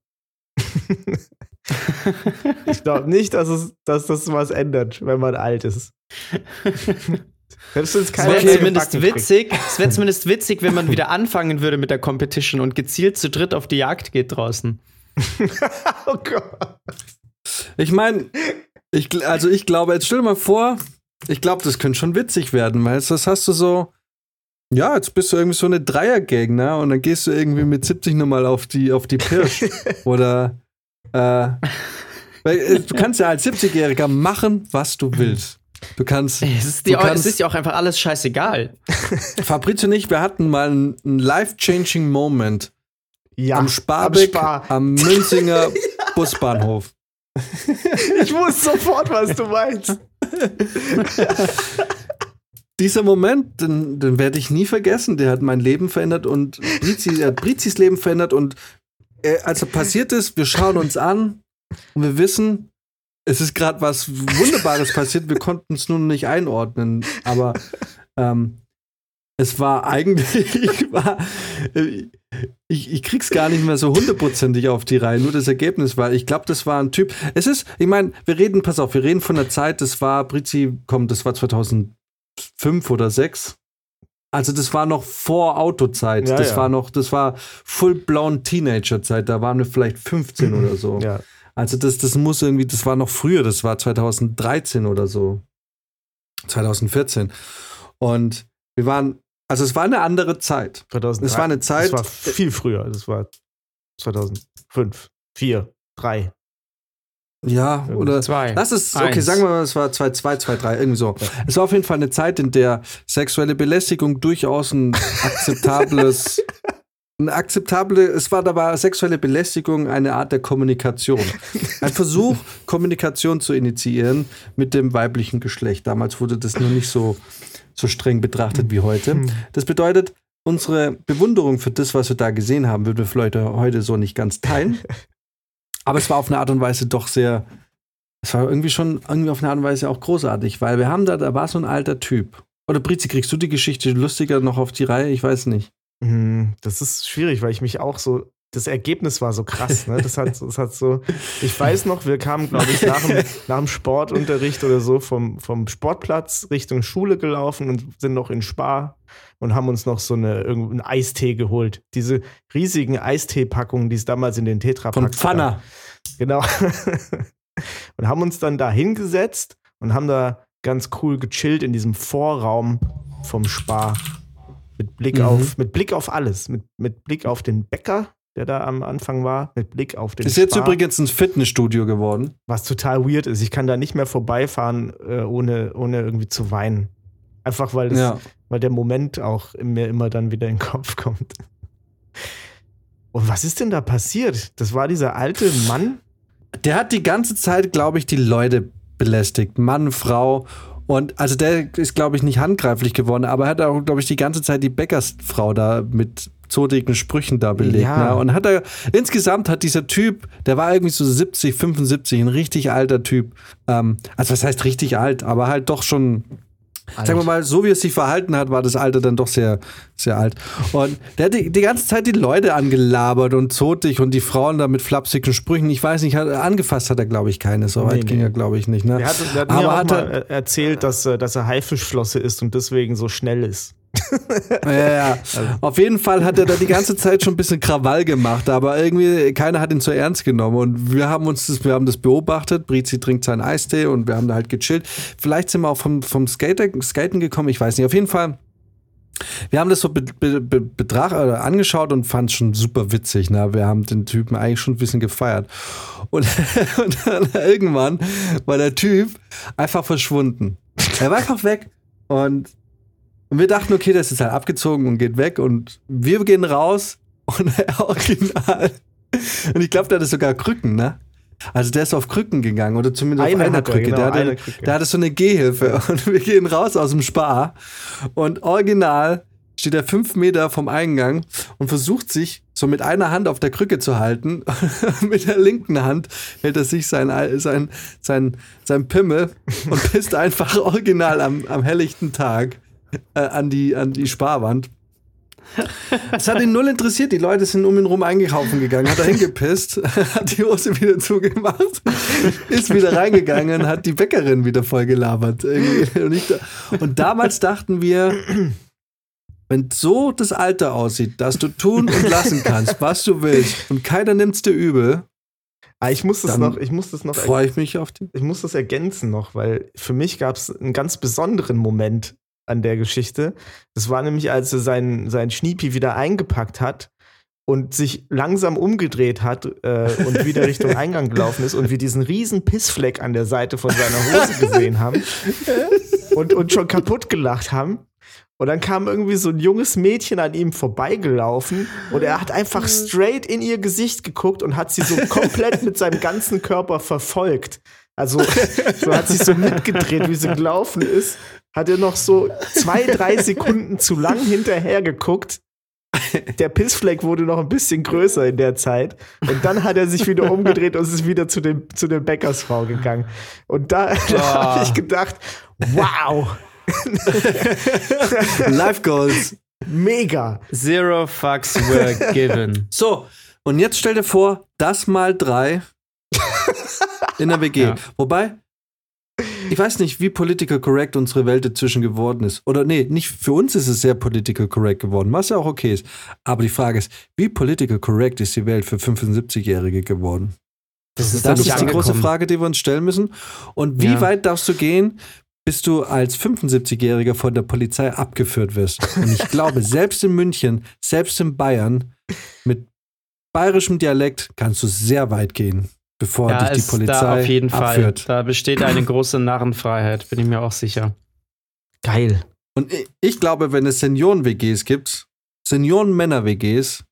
Ich glaube nicht, dass, es, dass das was ändert, wenn man alt ist. Selbst wenn es Es keiner wäre mehr zumindest gebacken kriegt. witzig, es wäre zumindest witzig, wenn man wieder anfangen würde mit der Competition und gezielt zu dritt auf die Jagd geht draußen. Oh Gott. Ich meine, ich, gl- also ich glaube, jetzt stell dir mal vor, ich glaube, das könnte schon witzig werden, weißt du, das hast du so, ja, jetzt bist du irgendwie so eine Dreiergang, ne? Und dann gehst du irgendwie mit siebzig nochmal auf die, auf die Pirsch. Oder, äh, weil, äh, du kannst ja als siebzigjähriger machen, was du willst. Du kannst, Es ist, du dir, kannst es ist ja auch einfach alles scheißegal. Fabrizio und ich, wir hatten mal einen, einen life-changing Moment Ja, am Sparbeck, Spar. am Münzinger Busbahnhof. Ich wusste sofort, was du meinst. Dieser Moment, den, den werde ich nie vergessen. Der hat mein Leben verändert und Brizi, der hat Brizis Leben verändert und äh, also passiert ist, wir schauen uns an und wir wissen, es ist gerade was Wunderbares passiert, wir konnten es nur nicht einordnen, aber ähm, es war eigentlich, war, ich, ich krieg's gar nicht mehr so hundertprozentig auf die Reihe, nur das Ergebnis war, ich glaube, das war ein Typ, es ist, ich meine, wir reden, pass auf, wir reden von der Zeit, das war, Brizi, komm, das war zweitausendfünf oder sechs. Also das war noch vor Autozeit, ja, das ja. war noch, das war full-blown Teenager-Zeit, da waren wir vielleicht fünfzehn oder so. Ja. Also das, das muss irgendwie, das war noch früher, das war zweitausenddreizehn oder so. zweitausendvierzehn. Und wir waren, also es war eine andere Zeit. zweitausenddrei Es war eine Zeit. Das war viel früher, das war zweitausendfünf, vier, drei. Ja, oder Zwei. Lass es, okay, Eins. sagen wir mal, es war zweitausendzwei, zweitausenddrei, irgendwie so. Ja. Es war auf jeden Fall eine Zeit, in der sexuelle Belästigung durchaus ein akzeptables, ein akzeptable, es war dabei sexuelle Belästigung eine Art der Kommunikation. Ein Versuch, Kommunikation zu initiieren mit dem weiblichen Geschlecht. Damals wurde das noch nicht so, so streng betrachtet wie heute. Das bedeutet, unsere Bewunderung für das, was wir da gesehen haben, würden wir vielleicht heute so nicht ganz teilen. Aber es war auf eine Art und Weise doch sehr, es war irgendwie schon irgendwie auf eine Art und Weise auch großartig, weil wir haben da, da war so ein alter Typ. Oder Brizi, kriegst du die Geschichte lustiger noch auf die Reihe? Ich weiß nicht. Das ist schwierig, weil ich mich auch so, das Ergebnis war so krass, ne? Das hat, das hat so, ich weiß noch, wir kamen, glaube ich, nach dem, nach dem Sportunterricht oder so vom, vom Sportplatz Richtung Schule gelaufen und sind noch in Spar und haben uns noch so eine, irgendeinen Eistee geholt. Diese riesigen Eistee-Packungen, die es damals in den Tetrapacks Von Pfanner. gab. Genau. Und haben uns dann da hingesetzt und haben da ganz cool gechillt in diesem Vorraum vom Spar. Mit Blick, Mhm. auf, mit Blick auf alles. Mit, mit Blick auf den Bäcker, der da am Anfang war. Mit Blick auf den Ist jetzt Spar, übrigens ein Fitnessstudio geworden. was total weird ist. Ich kann da nicht mehr vorbeifahren, äh, ohne, ohne irgendwie zu weinen. Einfach weil, das, Ja. weil der Moment auch mir immer dann wieder in den Kopf kommt. Und was ist denn da passiert? Das war dieser alte Mann. Der hat die ganze Zeit, glaube ich, die Leute belästigt. Mann, Frau. Und also der ist, glaube ich, nicht handgreiflich geworden, aber er hat auch, glaube ich, die ganze Zeit die Bäckersfrau da mit zotigen Sprüchen da belegt. Ja. Ne? Und hat er, insgesamt hat dieser Typ, der war irgendwie so siebzig, fünfundsiebzig, ein richtig alter Typ. Ähm, also was heißt richtig alt, aber halt doch schon, Alt. sagen wir mal, so wie er sich verhalten hat, war das Alter dann doch sehr, sehr alt. Und der hat die, die ganze Zeit die Leute angelabert und zotig und die Frauen da mit flapsigen Sprüchen. Ich weiß nicht, hat, angefasst hat er, glaube ich, keine. So weit Nee, ging nee. er, glaube ich, nicht. Ne? Der hat, der hat mir Aber auch hat mal er, äh, erzählt, dass, äh, dass er Haifischflosse ist und deswegen so schnell ist. ja, ja. Auf jeden Fall hat er da die ganze Zeit schon ein bisschen Krawall gemacht, aber irgendwie keiner hat ihn so ernst genommen und wir haben uns das, wir haben das beobachtet. Brizi trinkt seinen Eistee und wir haben da halt gechillt. Vielleicht sind wir auch vom, vom Skater, Skaten gekommen, ich weiß nicht. Auf jeden Fall, wir haben das so be, be, be, betrach, äh, angeschaut und fanden es schon super witzig. Ne? Wir haben den Typen eigentlich schon ein bisschen gefeiert. Und, und dann irgendwann war der Typ einfach verschwunden. Er war einfach weg und Und wir dachten, okay, das ist halt abgezogen und geht weg. Und wir gehen raus und er original. Und ich glaube, der hatte sogar Krücken, ne? Also der ist auf Krücken gegangen oder zumindest Eine auf einer hat er, Krücke. genau, der, hatte, eine Krücke. der hatte so eine Gehhilfe. Und wir gehen raus aus dem Spar. Und original steht er fünf Meter vom Eingang und versucht sich so mit einer Hand auf der Krücke zu halten. Mit der linken Hand hält er sich sein, sein, sein, sein Pimmel und pisst einfach original am, am helllichten Tag Äh, an die, an die Sparwand. Das hat ihn null interessiert. Die Leute sind um ihn rum eingekaufen gegangen, hat er hingepisst, hat die Hose wieder zugemacht, ist wieder reingegangen, hat die Bäckerin wieder voll gelabert. Und, ich, und damals dachten wir, wenn so das Alter aussieht, dass du tun und lassen kannst, was du willst und keiner nimmt's dir übel, Ah, ich muss das Dann noch, ich muss das noch, freue ich mich auf die. ich muss das ergänzen noch, weil für mich gab es einen ganz besonderen Moment an der Geschichte. Das war nämlich, als er seinen, seinen Schniepi wieder eingepackt hat und sich langsam umgedreht hat äh, und wieder Richtung Eingang gelaufen ist und wir diesen riesen Pissfleck an der Seite von seiner Hose gesehen haben und, und schon kaputt gelacht haben. Und dann kam irgendwie so ein junges Mädchen an ihm vorbeigelaufen und er hat einfach straight in ihr Gesicht geguckt und hat sie so komplett mit seinem ganzen Körper verfolgt. Also so hat sich so mitgedreht, wie sie gelaufen ist. Hat er noch so zwei, drei Sekunden zu lang hinterher geguckt der Pissfleck wurde noch ein bisschen größer in der Zeit. Und dann hat er sich wieder umgedreht und ist wieder zu, dem, zu der Bäckersfrau gegangen. Und da, da habe ich gedacht, wow. Life Goals. Mega. Zero fucks were given. So, und jetzt stell dir vor, das mal drei in der W G. Ja. Wobei, ich weiß nicht, wie political correct unsere Welt dazwischen geworden ist. Oder nee, nicht für uns ist es sehr political correct geworden, was ja auch okay ist. Aber die Frage ist, wie political correct ist die Welt für fünfundsiebzigjährige geworden? Das ist, das ist die angekommen. große Frage, die wir uns stellen müssen. Und wie ja. weit darfst du gehen, bis du als fünfundsiebzigjähriger von der Polizei abgeführt wirst? Und ich glaube, selbst in München, selbst in Bayern, mit bayerischem Dialekt kannst du sehr weit gehen, bevor ja, dich die Polizei da auf jeden abführt. Fall. Da besteht eine große Narrenfreiheit, bin ich mir auch sicher. Geil. Und ich, ich glaube, wenn es Senioren-W Gs gibt, Senioren-Männer-W Gs,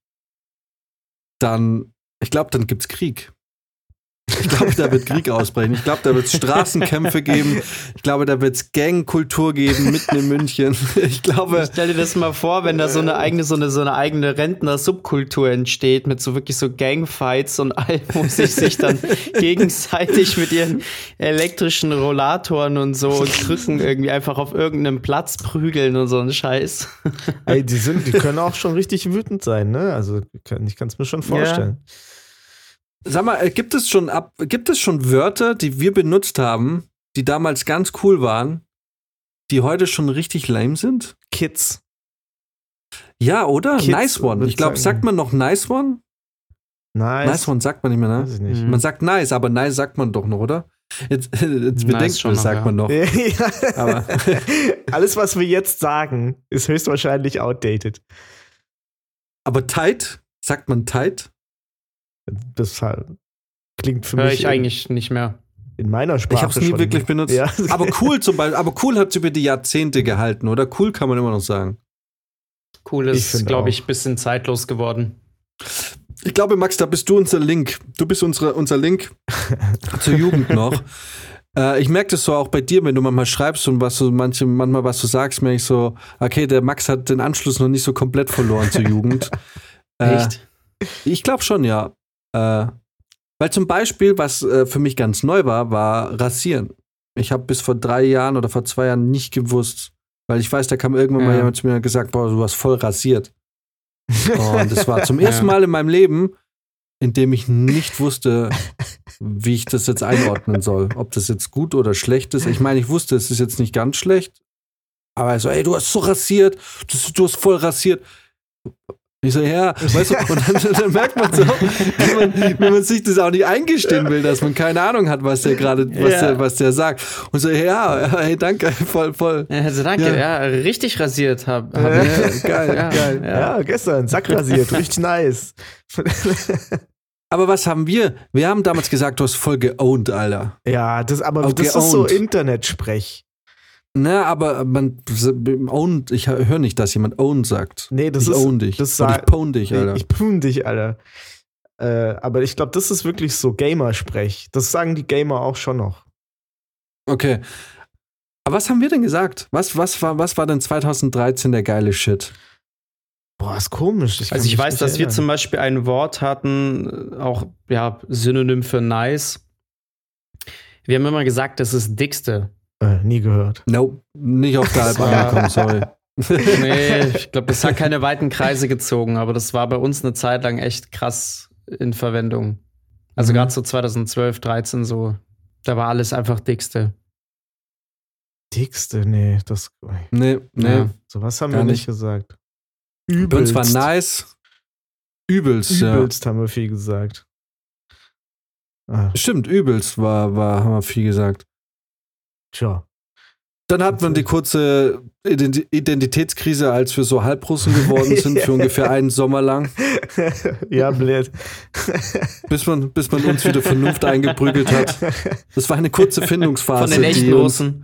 dann, ich glaube, dann gibt's Krieg. Ich glaube, da wird Krieg ausbrechen. Ich glaube, da wird es Straßenkämpfe geben. Ich glaube, da wird es Gangkultur geben, mitten in München. Ich glaube. Stell dir das mal vor, wenn da so eine eigene, so eine, so eine eigene Rentner-Subkultur entsteht, mit so wirklich so Gangfights und all, wo sich sich dann gegenseitig mit ihren elektrischen Rollatoren und so und Krücken irgendwie einfach auf irgendeinem Platz prügeln und so ein Scheiß. Ey, die sind, die können auch schon richtig wütend sein, ne? Also, ich kann es mir schon vorstellen. Ja. Sag mal, gibt es schon ab, gibt es schon Wörter, die wir benutzt haben, die damals ganz cool waren, die heute schon richtig lame sind? Kids. Ja, oder? Kids, nice one. Ich glaube, sagt man noch nice one? Nice. Nice one sagt man nicht mehr, ne? Weiß ich nicht. Man sagt nice, aber nice sagt man doch noch, oder? Jetzt, jetzt bedenkt nice man, das sagt ja. man noch. Ja. Aber alles, was wir jetzt sagen, ist höchstwahrscheinlich outdated. Aber tight? Sagt man tight? Das halt klingt für Hör mich ich eigentlich nicht mehr. in meiner Sprache. Ich habe es nie schon. wirklich benutzt. Ja. Aber cool zum Beispiel, aber cool hat es über die Jahrzehnte gehalten, oder? Cool kann man immer noch sagen. Cool ist, glaube ich, ein bisschen zeitlos geworden. Ich glaube, Max, da bist du unser Link. Du bist unsere, unser Link zur Jugend noch. Äh, ich merke das so auch bei dir, wenn du manchmal schreibst und was du manche, manchmal was du sagst, merke ich so, okay, der Max hat den Anschluss noch nicht so komplett verloren zur Jugend. Äh, Echt? Ich glaube schon, ja. Äh, weil zum Beispiel, was äh, für mich ganz neu war, war Rasieren. Ich habe bis vor drei Jahren oder vor zwei Jahren nicht gewusst, weil ich weiß, da kam irgendwann ja. mal jemand zu mir und gesagt, boah, du hast voll rasiert. Und das war zum ersten Mal in meinem Leben, in dem ich nicht wusste, wie ich das jetzt einordnen soll. Ob das jetzt gut oder schlecht ist. Ich meine, ich wusste, es ist jetzt nicht ganz schlecht. Aber so, ey, du hast so rasiert, du, du hast voll rasiert. Ich so, ja, weißt du, und dann, dann merkt man so, wie man, wie man sich das auch nicht eingestehen will, dass man keine Ahnung hat, was der gerade, was, ja. der, was der sagt. Und so, ja, hey, danke, voll, voll. Also danke, ja, ja richtig rasiert hab, hab ja, ich. geil, ja, geil. Ja, ja, gestern, Sack rasiert, richtig nice. Aber was haben wir? Wir haben damals gesagt, du hast voll geowned, Alter. Ja, das, aber Auch das geowned. ist so Internetsprech. Na, aber man owned, ich höre nicht, dass jemand owned sagt. Nee, das ich ist. own dich. Das Und ich pwn dich, Alter. Ich pwn dich, Alter. Äh, aber ich glaube, das ist wirklich so Gamer-Sprech. Das sagen die Gamer auch schon noch. Okay. Aber was haben wir denn gesagt? Was, was, war, was war denn zwanzig dreizehn der geile Shit? Boah, ist komisch. Ich Also ich weiß, dass erinnern. wir zum Beispiel ein Wort hatten, auch ja, Synonym für nice. Wir haben immer gesagt, das ist dickste. Äh, nie gehört. Nope, nicht auf der Alp angekommen, sorry. Nee, ich glaube, das hat keine weiten Kreise gezogen, aber das war bei uns eine Zeit lang echt krass in Verwendung. Also Mhm. gerade so zweitausendzwölf, dreizehn so, da war alles einfach dickste. Dickste, nee, das. Nee, nee. Ja. Sowas haben Gar wir nicht nicht. gesagt. Bei uns war nice. Übelst, Übelst haben wir viel gesagt. Ah, ja. Stimmt, übelst war, war, haben wir viel gesagt. tja. Dann hat man die kurze Ident- Identitätskrise, als wir so Halbrussen geworden sind, für ungefähr einen Sommer lang. Ja, blöd. Bis man, bis man uns wieder Vernunft eingeprügelt hat. Das war eine kurze Findungsphase. Von den echten die uns- Russen.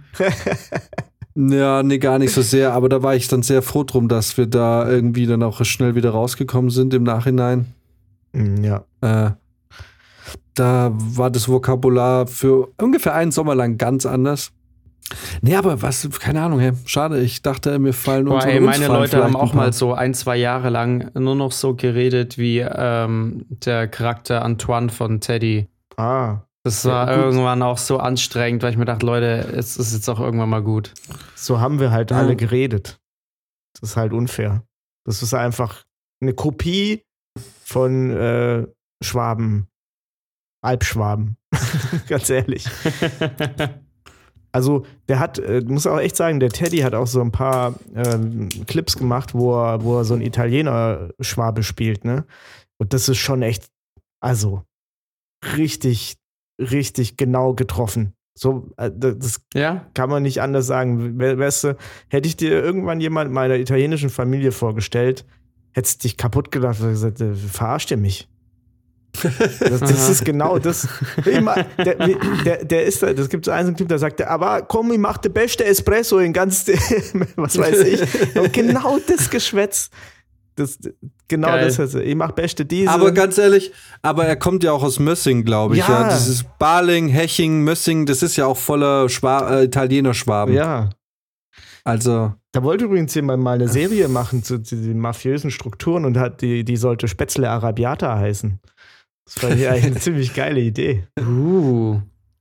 Ja, nee, gar nicht so sehr. Aber da war ich dann sehr froh drum, dass wir da irgendwie dann auch schnell wieder rausgekommen sind im Nachhinein. Ja. Äh, da war das Vokabular für ungefähr einen Sommer lang ganz anders. Nee, aber was, keine Ahnung, hey, schade, ich dachte, mir fallen Boah, unsere ey, uns meine fallen Leute haben vielleicht ein auch mal paar. so ein, zwei Jahre lang nur noch so geredet wie ähm, der Charakter Antoine von Teddy. Ah, Das Ja, war gut. irgendwann auch so anstrengend, weil ich mir dachte, Leute, es ist jetzt auch irgendwann mal gut. so haben wir halt Ja. alle geredet. Das ist halt unfair. Das ist einfach eine Kopie von äh, Schwaben. Albschwaben. Ganz ehrlich. Also, der hat, äh, muss auch echt sagen, der Teddy hat auch so ein paar ähm, Clips gemacht, wo er, wo er so einen Italiener-Schwabe spielt, ne? Und das ist schon echt, also, richtig, richtig genau getroffen. So, äh, das Ja? kann man nicht anders sagen. We- Weißt du, hätte ich dir irgendwann jemand meiner italienischen Familie vorgestellt, hättest du dich kaputt gedacht und gesagt, äh, verarscht ihr mich? Das, das Aha. ist genau das. Immer, der, der, der ist da, das gibt so einen Typ, der sagt, aber komm, ich mach den beste Espresso in ganz, was weiß ich. Und genau das Geschwätz. Das, genau Geil. das heißt, ich mach beste diese. Aber ganz ehrlich, aber er kommt ja auch aus Mössing, glaube ich. Ja. Ja. Dieses Baling, Heching, Mössing, das ist ja auch voller Schwa äh, Italiener-Schwaben. ja. Also, Da wollte übrigens jemand mal eine Serie machen zu, zu den mafiösen Strukturen und hat die, die sollte Spätzle Arabiata heißen. Das war ja eine ziemlich geile Idee. Uh.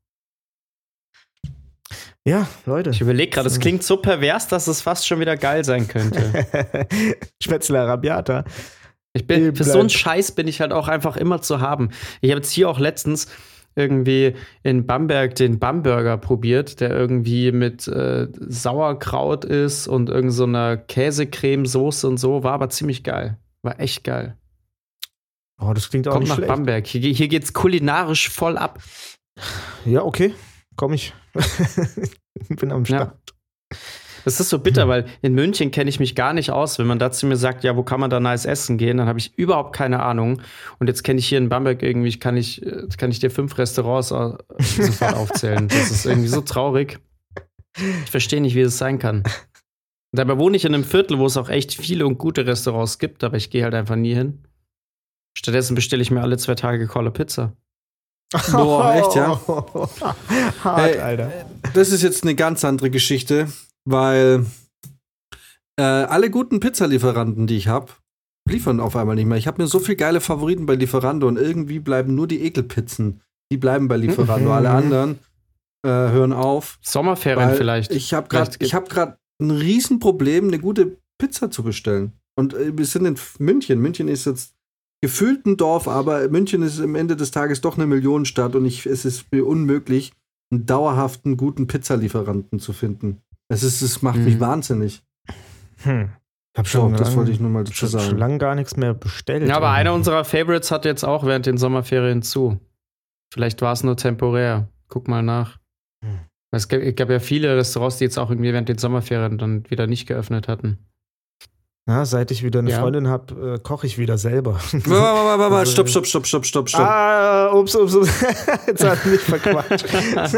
Ja, Leute. Ich überlege gerade, es klingt so pervers, dass es fast schon wieder geil sein könnte. Spätzle Arabiata. Ich bin, Eben für so einen bleibt. Scheiß bin ich halt auch einfach immer zu haben. Ich habe jetzt hier auch letztens irgendwie in Bamberg den Bamburger probiert, der irgendwie mit äh, Sauerkraut ist und irgend so einer Käsecremesoße und so. War aber ziemlich geil. War echt geil. Oh, das klingt auch Kommt nicht nach schlecht. Bamberg. Hier, hier geht's kulinarisch voll ab. Ja, okay. Komm ich. Bin am Start. Das ist so bitter, weil in München kenne ich mich gar nicht aus. Wenn man dazu mir sagt, ja, wo kann man da nice essen gehen, dann habe ich überhaupt keine Ahnung. Und jetzt kenne ich hier in Bamberg irgendwie, kann ich, äh, kann ich dir fünf Restaurants äh, sofort aufzählen. Das ist irgendwie so traurig. Ich verstehe nicht, wie das sein kann. Und dabei wohne ich in einem Viertel, wo es auch echt viele und gute Restaurants gibt, aber ich gehe halt einfach nie hin. Stattdessen bestelle ich mir alle zwei Tage Koller Pizza. Boah, echt, ja? Hart, Ey, Alter. das ist jetzt eine ganz andere Geschichte, weil äh, alle guten Pizzalieferanten, die ich habe, liefern auf einmal nicht mehr. Ich habe mir so viele geile Favoriten bei Lieferando und irgendwie bleiben nur die Ekelpizzen. Die bleiben bei Lieferando. Alle anderen äh, hören auf. Sommerferien Weil vielleicht. Ich habe gerade Vielleicht- ich hab grad ein Riesenproblem, eine gute Pizza zu bestellen. Und äh, wir sind in München. München ist jetzt gefühlt ein Dorf, aber München ist am Ende des Tages doch eine Millionenstadt und ich, es ist mir unmöglich, einen dauerhaften, guten Pizzalieferanten zu finden. Es, ist, es macht mich Mhm. wahnsinnig. Hm. Ich habe So, schon, das lang- wollte ich nur mal dazu schon, schon sagen. lange gar nichts mehr bestellt. Ja, aber einer unserer Favorites hat jetzt auch während den Sommerferien zu. Vielleicht war es nur temporär. Guck mal nach. Hm. Es gab, es gab ja viele Restaurants, die jetzt auch irgendwie während den Sommerferien dann wieder nicht geöffnet hatten. Ja, seit ich wieder eine Ja. Freundin habe, äh, koche ich wieder selber. Warte, warte, warte, Also- stopp, stopp, stopp, stopp, stopp, stopp. Ah, ups, ups, ups. Jetzt hat mich verquatscht.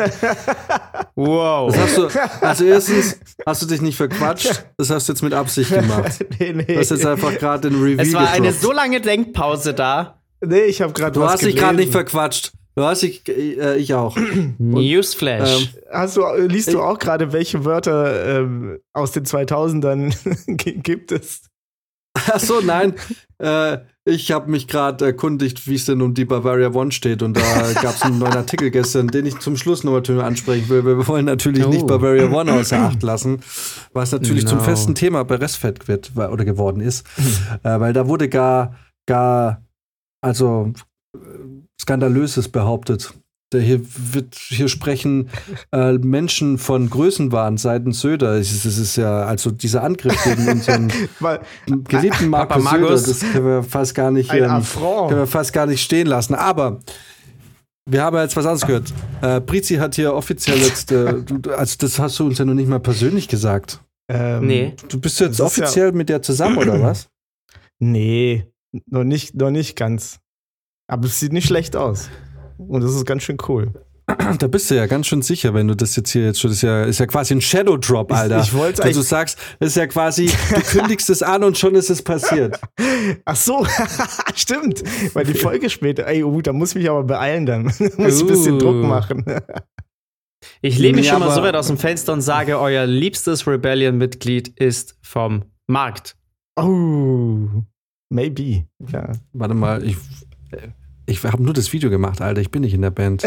Wow. Das hast du, also erstens hast du dich nicht verquatscht, das hast du jetzt mit Absicht gemacht. nee, nee. Du hast jetzt einfach gerade den Review Es war eine gedroppt. so lange Denkpause da. nee, ich habe gerade Du was hast dich gelesen. gerade nicht verquatscht. Du hast dich, äh, ich auch. Newsflash. Hast du, liest du auch gerade, welche Wörter ähm, aus den zweitausendern g- gibt es? Ach so, nein. äh, ich habe mich gerade erkundigt, wie es denn um die Bavaria One steht. Und da gab es einen neuen Artikel gestern, den ich zum Schluss nochmal ansprechen will. Wir wollen natürlich Oh. nicht Bavaria One außer Acht lassen, was natürlich zum Genau. festen Thema bei Restfett wird weil- oder geworden ist. äh, weil da wurde gar, gar, also äh, Skandalöses behauptet. Da Hier, wird, hier sprechen äh, Menschen von Größenwahn seitens Söder. Es ist, es ist ja, also dieser Angriff gegen unseren Weil geliebten Papa Markus Söder, Markus. das können wir fast gar nicht, ein ähm, Affront. können wir fast gar nicht stehen lassen. Aber wir haben ja jetzt was anderes gehört. Äh, Brizi hat hier offiziell jetzt, äh, du, also das hast du uns ja noch nicht mal persönlich gesagt. Ähm, Nee. Du bist jetzt Das ist ja- offiziell mit der zusammen, oder was? Nee, noch nicht, noch nicht ganz. Aber es sieht nicht schlecht aus. Und das ist ganz schön cool. Da bist du ja ganz schön sicher, wenn du das jetzt hier jetzt schon, das ist ja, ist ja quasi ein Shadow Drop, Alter. Ich- ich wollt's Dass du eigentlich- sagst, das ist ja quasi, du kündigst es an und schon ist es passiert. Ach so, stimmt. Weil die Folge später, ey, uh, da muss ich mich aber beeilen dann. muss ich ein bisschen Uh. Druck machen. Ich lehne mich Ja, schon mal aber- so weit aus dem Fenster und sage, euer liebstes Rebellion-Mitglied ist vom Markt. Oh, maybe. Ja. Warte mal, ich, ich habe nur das Video gemacht, Alter. Ich bin nicht in der Band.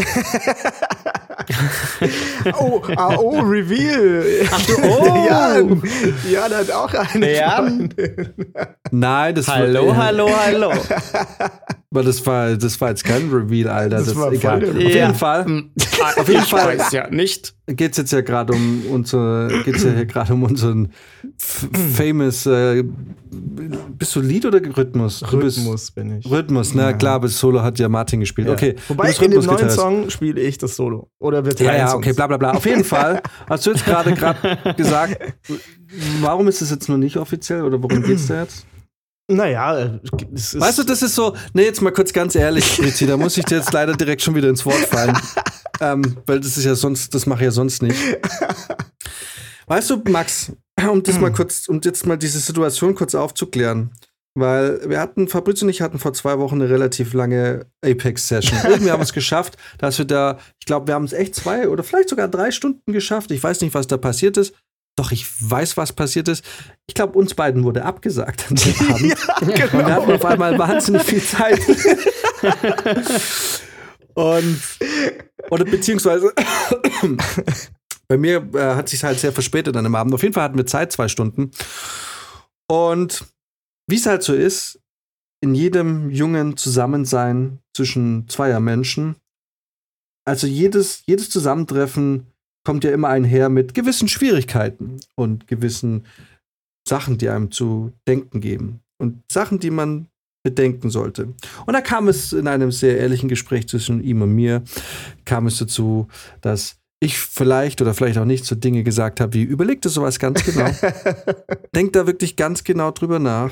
Oh, ah, oh, Reveal. Ach du, oh. Jan, Jan hat auch eine Jan? Freundin. Nein, das Hallo, war, hallo, hallo. Aber das war, das war jetzt kein Reveal, Alter. Das Das, war ist egal. voll Auf der- Ja. jeden Fall Hm, Auf jeden ich Fall. weiß ja nicht. geht's jetzt ja gerade um unser, geht's ja hier gerade um unseren f- famous. Äh, bist du Lied oder Rhythmus? Du bist- Rhythmus bin ich. Rhythmus, na Ja. klar, bis Solo hat ja Martin gespielt. Ja. Okay. Wobei du bist in dem neuen Rhythmusgitarrist. Song spiele ich das Solo. Oder wir Ja, teilen ja, okay, uns. bla bla bla. Auf jeden Fall hast du jetzt gerade gerade gesagt, warum ist es jetzt noch nicht offiziell oder worum geht's da jetzt? Naja, es ist. Weißt du, das ist so, nee, jetzt mal kurz ganz ehrlich, Fritzi, da muss ich dir jetzt leider direkt schon wieder ins Wort fallen. ähm, weil das ist ja sonst, das mache ich ja sonst nicht. Weißt du, Max, um das mal kurz, um jetzt mal diese Situation kurz aufzuklären. Weil wir hatten, Fabrizio und ich hatten vor zwei Wochen eine relativ lange Apex-Session. Irgendwie haben wir es geschafft, dass wir da, ich glaube, wir haben es echt zwei oder vielleicht sogar drei Stunden geschafft. Ich weiß nicht, was da passiert ist. Doch, ich weiß, was passiert ist. Ich glaube, uns beiden wurde abgesagt an dem Abend. Ja, genau. Und wir hatten auf einmal wahnsinnig viel Zeit. Und, oder beziehungsweise, bei mir äh, hat sich halt sehr verspätet an dem Abend. Auf jeden Fall hatten wir Zeit, zwei Stunden. Und wie es halt so ist, in jedem jungen Zusammensein zwischen zweier Menschen, also jedes, jedes Zusammentreffen kommt ja immer einher mit gewissen Schwierigkeiten und gewissen Sachen, die einem zu denken geben. Und Sachen, die man bedenken sollte. Und da kam es in einem sehr ehrlichen Gespräch zwischen ihm und mir, kam es dazu, dass ich vielleicht oder vielleicht auch nicht so Dinge gesagt habe, wie überleg dir sowas ganz genau. Denk da wirklich ganz genau drüber nach.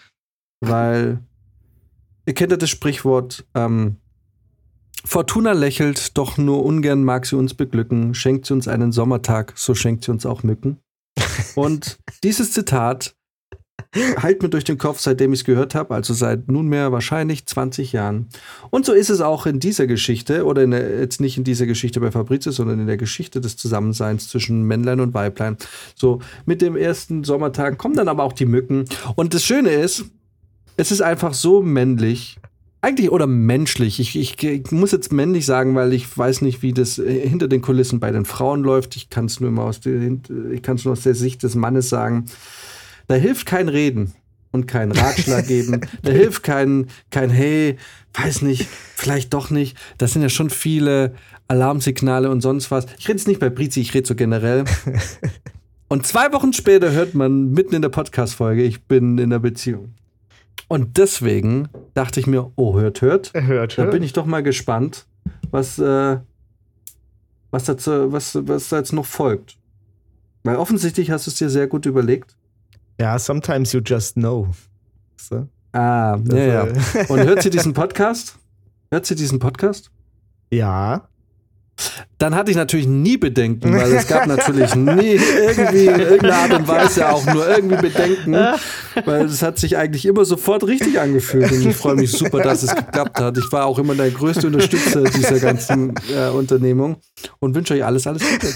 Weil ihr kennt ja das Sprichwort, ähm, Fortuna lächelt, doch nur ungern mag sie uns beglücken. Schenkt sie uns einen Sommertag, so schenkt sie uns auch Mücken. Und dieses Zitat halt mir durch den Kopf, seitdem ich es gehört habe, also seit nunmehr wahrscheinlich zwanzig Jahren. Und so ist es auch in dieser Geschichte, oder in der, jetzt nicht in dieser Geschichte bei Fabrizio, sondern in der Geschichte des Zusammenseins zwischen Männlein und Weiblein. So, mit dem ersten Sommertag kommen dann aber auch die Mücken. Und das Schöne ist, es ist einfach so männlich, eigentlich oder menschlich. Ich, ich, ich muss jetzt männlich sagen, weil ich weiß nicht, wie das äh, hinter den Kulissen bei den Frauen läuft. Ich kann es nur immer aus der, ich kann es nur aus der Sicht des Mannes sagen. Da hilft kein Reden und kein Ratschlag geben. Da hilft kein, kein Hey, weiß nicht, vielleicht doch nicht. Das sind ja schon viele Alarmsignale und sonst was. Ich rede jetzt nicht bei Brizi, ich rede so generell. Und zwei Wochen später hört man mitten in der Podcast-Folge, ich bin in einer Beziehung. Und deswegen dachte ich mir, oh, hört, hört. Hört, Da hört. bin ich doch mal gespannt, was, äh, was, dazu, was, was da jetzt noch folgt. Weil offensichtlich hast du es dir sehr gut überlegt. Ja, sometimes you just know. So. Ah, Das, ja, ja. äh, Und hört sie diesen Podcast? Hört sie diesen Podcast? Ja. Dann hatte ich natürlich nie Bedenken, weil es gab natürlich nie irgendwie in irgendeiner Art und Weise auch nur irgendwie Bedenken, weil es hat sich eigentlich immer sofort richtig angefühlt und ich freue mich super, dass es geklappt hat. Ich war auch immer der größte Unterstützer dieser ganzen äh, Unternehmung und wünsche euch alles, alles Gute.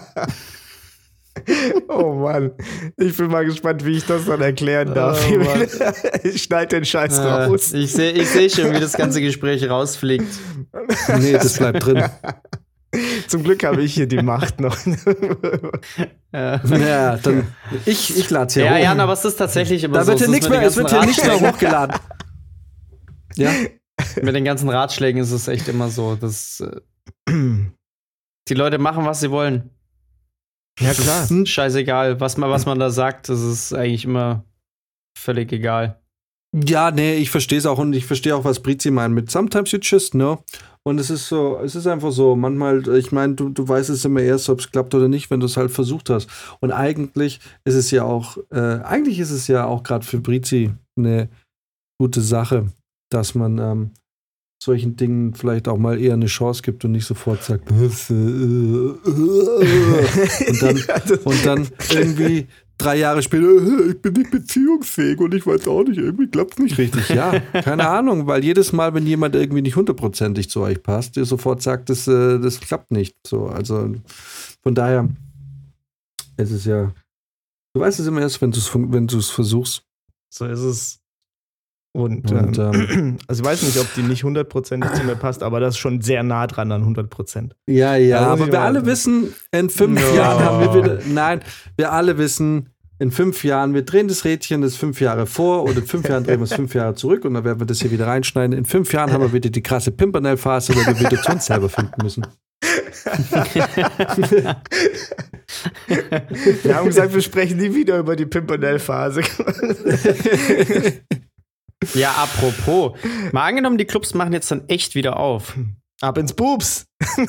Oh Mann. Ich bin mal gespannt, wie ich das dann erklären darf. Oh Mann. Ich schneide den Scheiß Äh, raus. ich sehe ich seh schon, wie das ganze Gespräch rausfliegt. Nee, das bleibt drin. Zum Glück habe ich hier die Macht noch. Ja, Ja, dann ich, ich lade es hier ja hoch. Jan, aber es ist tatsächlich immer Da so. wird hier es ist nichts mit mehr, den es wird ganzen hier nichts mehr Ratschlägen- hochgeladen. Ja? Mit den ganzen Ratschlägen ist es echt immer so, dass äh, die Leute machen, was sie wollen. Ja, klar. Hm, Scheißegal, was man, was man da sagt, das ist eigentlich immer völlig egal. Ja, nee, ich verstehe es auch und ich verstehe auch, was Brizi meint mit sometimes you just know. Und es ist so, es ist einfach so, manchmal, ich meine, du, du weißt es immer erst, ob es klappt oder nicht, wenn du es halt versucht hast. Und eigentlich ist es ja auch, äh, eigentlich ist es ja auch gerade für Brizi eine gute Sache, dass man ähm, solchen Dingen vielleicht auch mal eher eine Chance gibt und nicht sofort sagt, und dann, und dann irgendwie drei Jahre später, ich bin nicht beziehungsfähig und ich weiß auch nicht, irgendwie klappt es nicht richtig. Ja, keine Ahnung, weil jedes Mal, wenn jemand irgendwie nicht hundertprozentig zu euch passt, ihr sofort sagt, das, das klappt nicht. So, also von daher ist es ja, du weißt es immer erst, wenn du es wenn du es versuchst. So ist es. Und, Und ähm, ähm, also ich weiß nicht, ob die nicht hundertprozentig zu mir passt, aber das ist schon sehr nah dran an hundert Prozent. ja, ja, Also muss aber ich wir mal- alle wissen, in fünf No. Jahren haben wir wieder, nein, wir alle wissen, in fünf Jahren, wir drehen das Rädchen das fünf Jahre vor und in fünf Jahren drehen wir es fünf Jahre zurück und dann werden wir das hier wieder reinschneiden. In fünf Jahren haben wir wieder die krasse Pimpernel-Phase, weil wir wieder zu uns selber finden müssen. Wir haben gesagt, wir sprechen nie wieder über die Pimpernel-Phase. Ja, apropos. Mal angenommen, die Clubs machen jetzt dann echt wieder auf. Ab ins Boobs.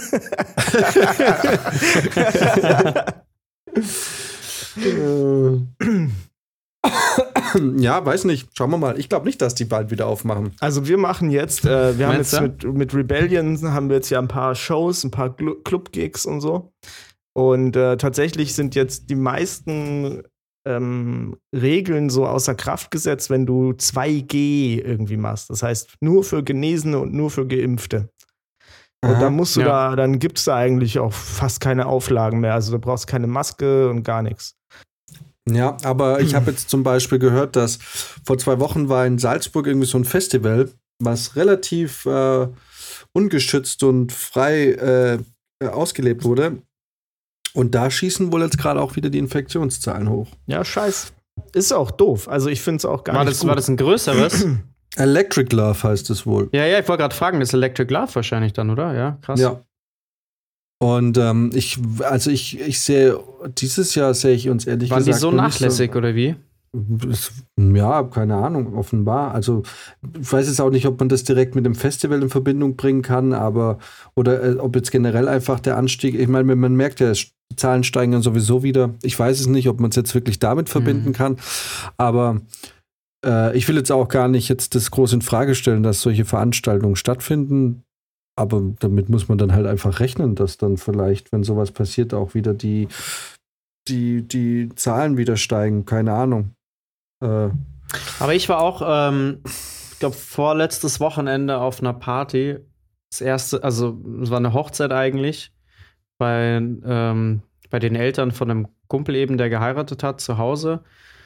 Ja, weiß nicht. Schauen wir mal. Ich glaube nicht, dass die bald wieder aufmachen. Also wir machen jetzt, äh, wir haben Meinst jetzt du? mit, mit Rebellion haben wir jetzt ja ein paar Shows, ein paar Glu- Club-Gigs und so. Und äh, tatsächlich sind jetzt die meisten ähm, Regeln so außer Kraft gesetzt, wenn du zwei G irgendwie machst. Das heißt, nur für Genesene und nur für Geimpfte. Und Aha, dann musst du ja. da, dann gibt's da eigentlich auch fast keine Auflagen mehr. Also du brauchst keine Maske und gar nichts. Ja, aber ich habe jetzt zum Beispiel gehört, dass vor zwei Wochen war in Salzburg irgendwie so ein Festival, was relativ äh, ungeschützt und frei äh, ausgelebt wurde. Und da schießen wohl jetzt gerade auch wieder die Infektionszahlen hoch. Ja, scheiß. Ist auch doof. Also ich finde es auch gar War nicht das, gut. war das ein größeres? Electric Love heißt es wohl. Ja, ja, ich wollte gerade fragen, das ist Electric Love wahrscheinlich dann, oder? Ja, krass. Ja. Und ähm, ich, also ich, ich sehe, dieses Jahr sehe ich uns ehrlich Waren die gesagt so noch nicht nachlässig, oder wie? Es- Ja, keine Ahnung, offenbar. Also ich weiß jetzt auch nicht, ob man das direkt mit dem Festival in Verbindung bringen kann, aber oder äh, ob jetzt generell einfach der Anstieg, ich meine, man merkt ja, die Zahlen steigen dann sowieso wieder. Ich weiß es nicht, ob man es jetzt wirklich damit verbinden Mhm. kann, aber äh, ich will jetzt auch gar nicht jetzt das groß in Frage stellen, dass solche Veranstaltungen stattfinden, aber damit muss man dann halt einfach rechnen, dass dann vielleicht, wenn sowas passiert, auch wieder die, die, die Zahlen wieder steigen, keine Ahnung. Äh, Aber ich war auch, ähm, ich glaube, vorletztes Wochenende auf einer Party. Das erste, also es war eine Hochzeit eigentlich, bei, ähm, bei den Eltern von einem Kumpel eben, der geheiratet hat, zu Hause.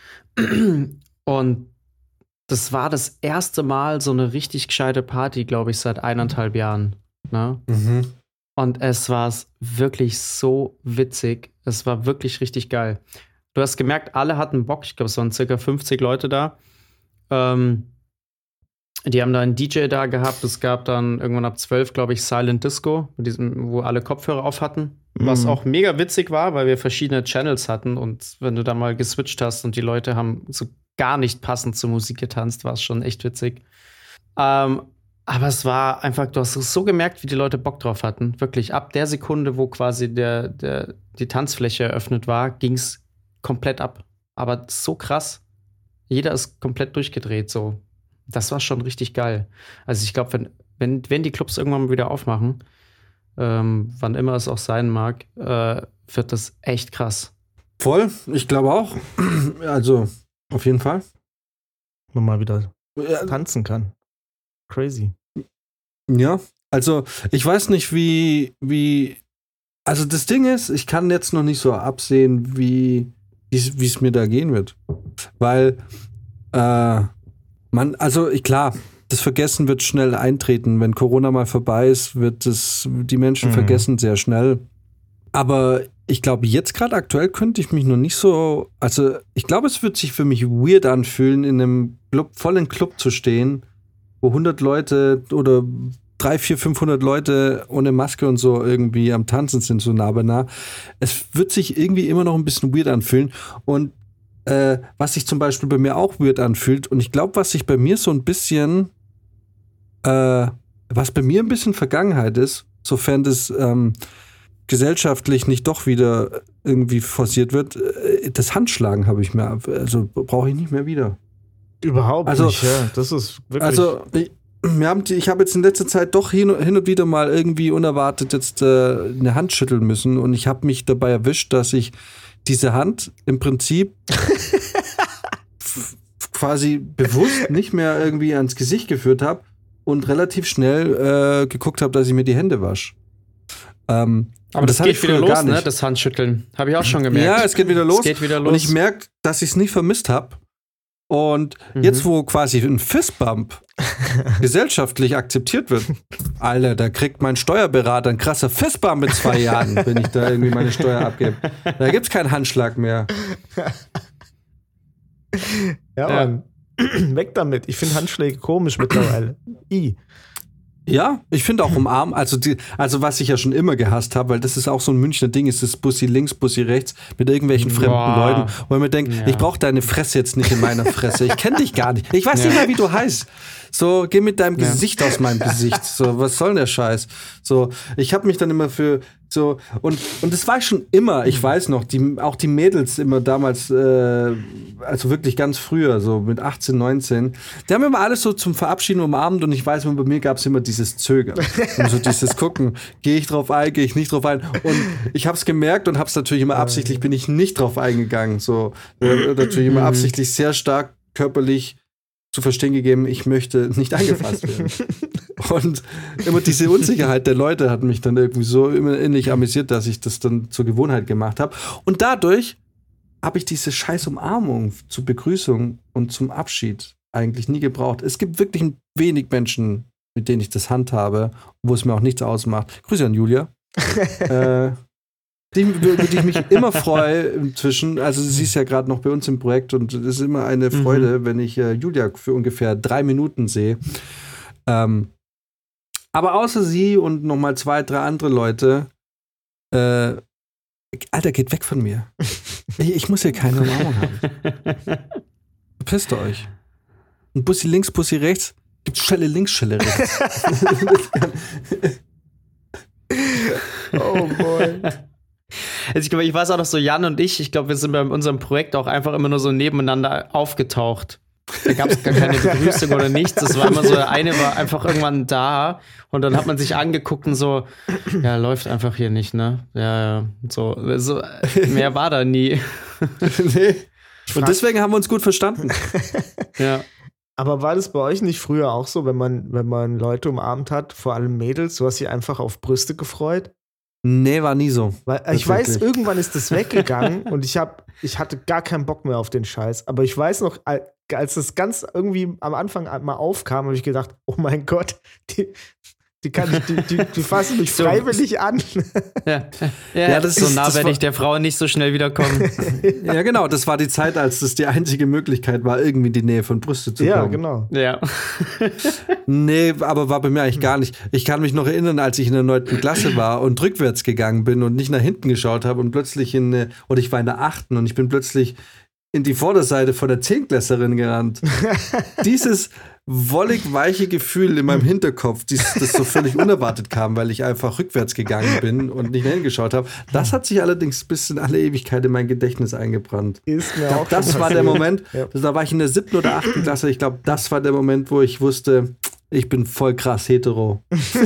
Und das war das erste Mal so eine richtig gescheite Party, glaube ich, seit eineinhalb Jahren. Ne? Und es war wirklich so witzig. Es war wirklich richtig geil. Du hast gemerkt, alle hatten Bock. Ich glaube, es waren circa fünfzig Leute da. Ähm, die haben da einen D J da gehabt. Es gab dann irgendwann ab zwölf, glaube ich, Silent Disco, mit diesem, wo alle Kopfhörer auf hatten. Was Mhm. auch mega witzig war, weil wir verschiedene Channels hatten. Und wenn du da mal geswitcht hast und die Leute haben so gar nicht passend zur Musik getanzt, war es schon echt witzig. Ähm, aber es war einfach, du hast es so gemerkt, wie die Leute Bock drauf hatten. Wirklich, ab der Sekunde, wo quasi der, der, die Tanzfläche eröffnet war, ging es komplett ab. Aber so krass. Jeder ist komplett durchgedreht, so. Das war schon richtig geil. Also ich glaube, wenn, wenn, wenn die Clubs irgendwann mal wieder aufmachen, ähm, wann immer es auch sein mag, äh, wird das echt krass. Voll, ich glaube auch. Also, auf jeden Fall. Man mal wieder Ja, tanzen kann. Crazy. Ja, also ich weiß nicht, wie, wie. Also das Ding ist, ich kann jetzt noch nicht so absehen, wie wie es mir da gehen wird. Weil äh, man, also ich, klar, das Vergessen wird schnell eintreten. Wenn Corona mal vorbei ist, wird es, die Menschen Mhm. vergessen sehr schnell. Aber ich glaube, jetzt gerade aktuell könnte ich mich noch nicht so. Also, ich glaube, es wird sich für mich weird anfühlen, in einem Club, vollen Club zu stehen, wo hundert Leute oder dreihundert, vierhundert, fünfhundert Leute ohne Maske und so irgendwie am Tanzen sind, so nah bei nah. Es wird sich irgendwie immer noch ein bisschen weird anfühlen. Und äh, was sich zum Beispiel bei mir auch weird anfühlt, und ich glaube, was sich bei mir so ein bisschen, äh, was bei mir ein bisschen Vergangenheit ist, sofern das ähm, gesellschaftlich nicht doch wieder irgendwie forciert wird, äh, das Handschlagen habe ich mir, also brauche ich nicht mehr wieder. Überhaupt Also- nicht, ja. Das ist wirklich. Also, ich, wir haben die, ich habe jetzt in letzter Zeit doch hin, hin und wieder mal irgendwie unerwartet jetzt äh, eine Hand schütteln müssen und ich habe mich dabei erwischt, dass ich diese Hand im Prinzip f- quasi bewusst nicht mehr irgendwie ans Gesicht geführt habe und relativ schnell äh, geguckt habe, dass ich mir die Hände wasche. Ähm, Aber das, das hatte geht ich wieder früher los, gar nicht. ne? Das Handschütteln. Habe ich auch schon gemerkt. Ja, es geht wieder los. Es geht wieder los. Und ich merke, dass ich es nicht vermisst habe. Und Mhm. jetzt, wo quasi ein Fistbump gesellschaftlich akzeptiert wird, Alter, da kriegt mein Steuerberater ein krasser Fistbump in zwei Jahren, wenn ich da irgendwie meine Steuer abgebe. Da gibt's keinen Handschlag mehr. Ja, Ja. Mann. Weg damit. Ich finde Handschläge komisch mittlerweile. I. Ja, ich finde auch umarmen, also, die, also was ich ja schon immer gehasst habe, weil das ist auch so ein Münchner Ding, ist das Bussi links, Bussi rechts mit irgendwelchen fremden Boah. Leuten, wo man mir denkt, Ja. ich brauche deine Fresse jetzt nicht in meiner Fresse, ich kenne dich gar nicht, ich weiß nicht Ja. mal, wie du heißt. So, geh mit deinem Ja. Gesicht aus meinem Gesicht. So, was soll denn der Scheiß? So, ich habe mich dann immer für so und und das war ich schon immer. Ich weiß noch, die auch die Mädels immer damals, äh, also wirklich ganz früher, so mit achtzehn, neunzehn, die haben immer alles so zum Verabschieden umarmt und ich weiß, bei mir gab es immer dieses Zögern und so dieses Gucken, gehe ich drauf ein, gehe ich nicht drauf ein und ich habe es gemerkt und habe es natürlich immer absichtlich, bin ich nicht drauf eingegangen. So äh, natürlich immer absichtlich sehr stark körperlich zu verstehen gegeben, ich möchte nicht angefasst werden. Und immer diese Unsicherheit der Leute hat mich dann irgendwie so immer innig amüsiert, dass ich das dann zur Gewohnheit gemacht habe. Und dadurch habe ich diese scheiß Umarmung zur Begrüßung und zum Abschied eigentlich nie gebraucht. Es gibt wirklich wenig Menschen, mit denen ich das handhabe, wo es mir auch nichts ausmacht. Grüße an Julia. äh, die, über die ich mich immer freue inzwischen. Also sie ist ja gerade noch bei uns im Projekt und es ist immer eine Freude, mhm. wenn ich äh, Julia für ungefähr drei Minuten sehe. Ähm, aber außer sie und noch mal zwei, drei andere Leute, äh, Alter, geht weg von mir. Ich, ich muss hier keine Umarmung haben. Verpisst euch. Und Bussi links, Bussi rechts. Gibt Schelle links, Schelle rechts. Oh boy. Also ich glaube, ich weiß auch noch so, Jan und ich, ich glaube, wir sind bei unserem Projekt auch einfach immer nur so nebeneinander aufgetaucht. Da gab es gar keine Begrüßung oder nichts. Das war immer so, der eine war einfach irgendwann da und dann hat man sich angeguckt und so, ja, läuft einfach hier nicht, ne? Ja, ja, so, so mehr war da nie. Nee. Und deswegen haben wir uns gut verstanden. Ja. Aber war das bei euch nicht früher auch so, wenn man, wenn man Leute umarmt hat, vor allem Mädels, du hast sie einfach auf Brüste gefreut? Nee, war nie so. Weil ich weiß, irgendwann ist das weggegangen und ich hab, ich hatte gar keinen Bock mehr auf den Scheiß. Aber ich weiß noch, als das ganz irgendwie am Anfang mal aufkam, habe ich gedacht, oh mein Gott, die, die, kann ich, die, die, die fassen mich freiwillig an. Ja, ja, ja das so ist, nah das werde war, ich der Frau nicht so schnell wiederkommen. Ja, genau, das war die Zeit, als das die einzige Möglichkeit war, irgendwie in die Nähe von Brüste zu kommen. Ja, genau. Ja. Nee, aber war bei mir eigentlich gar nicht. Ich kann mich noch erinnern, als ich in der neunten Klasse war und rückwärts gegangen bin und nicht nach hinten geschaut habe und plötzlich in, eine, oder ich war in der achten und ich bin plötzlich in die Vorderseite von der Zehntklässlerin gerannt. Dieses wollig weiche Gefühl in meinem Hinterkopf, dies, das so völlig unerwartet kam, weil ich einfach rückwärts gegangen bin und nicht hingeschaut habe, das hat sich allerdings bis in alle Ewigkeit in mein Gedächtnis eingebrannt. Ist mir ich auch glaub, das schon war der passiert. Moment, Ja. da war ich in der siebten oder achten Klasse, ich glaube, das war der Moment, wo ich wusste, ich bin voll krass hetero.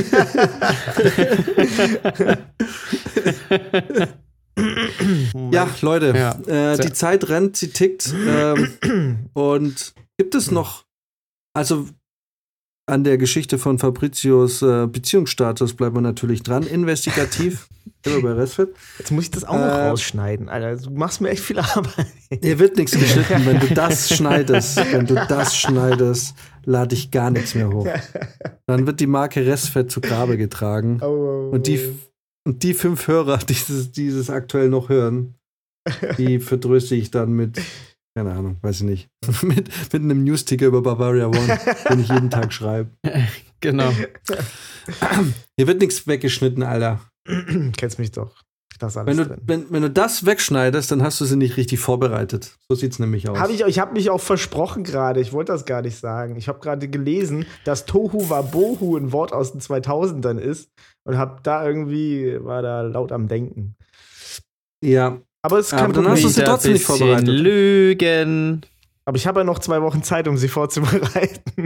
Ja, Leute, Ja. äh, die Zeit rennt, sie tickt. Ähm, und gibt es noch, also an der Geschichte von Fabrizios äh, Beziehungsstatus bleibt man natürlich dran. Investigativ, immer bei Resfit. Jetzt muss ich das auch noch Äh, rausschneiden, Alter. Du machst mir echt viel Arbeit. Hier wird nichts geschnitten. Wenn du das schneidest, wenn du das schneidest, lade ich gar nichts mehr hoch. Dann wird die Marke Resfit zu Grabe getragen. Oh, oh, oh. Und die, und die fünf Hörer, die dieses, dieses aktuell noch hören, die vertröste ich dann mit, keine Ahnung, weiß ich nicht, mit, mit einem Newsticker über Bavaria One, den ich jeden Tag schreibe. Genau. Hier wird nichts weggeschnitten, Alter. Kennst mich doch. Das alles Wenn du, drin. wenn, wenn du das wegschneidest, dann hast du sie nicht richtig vorbereitet. So sieht's nämlich aus. Hab ich ich habe mich auch versprochen gerade. Ich wollte das gar nicht sagen. Ich habe gerade gelesen, dass Tohu Wabohu ein Wort aus den zweitausendern ist und hab da irgendwie war da laut am Denken. Ja. Aber es ist kein Aber dann Problem. hast du sie Wieder trotzdem nicht bisschen vorbereitet. Lügen. Aber ich habe ja noch zwei Wochen Zeit, um sie vorzubereiten.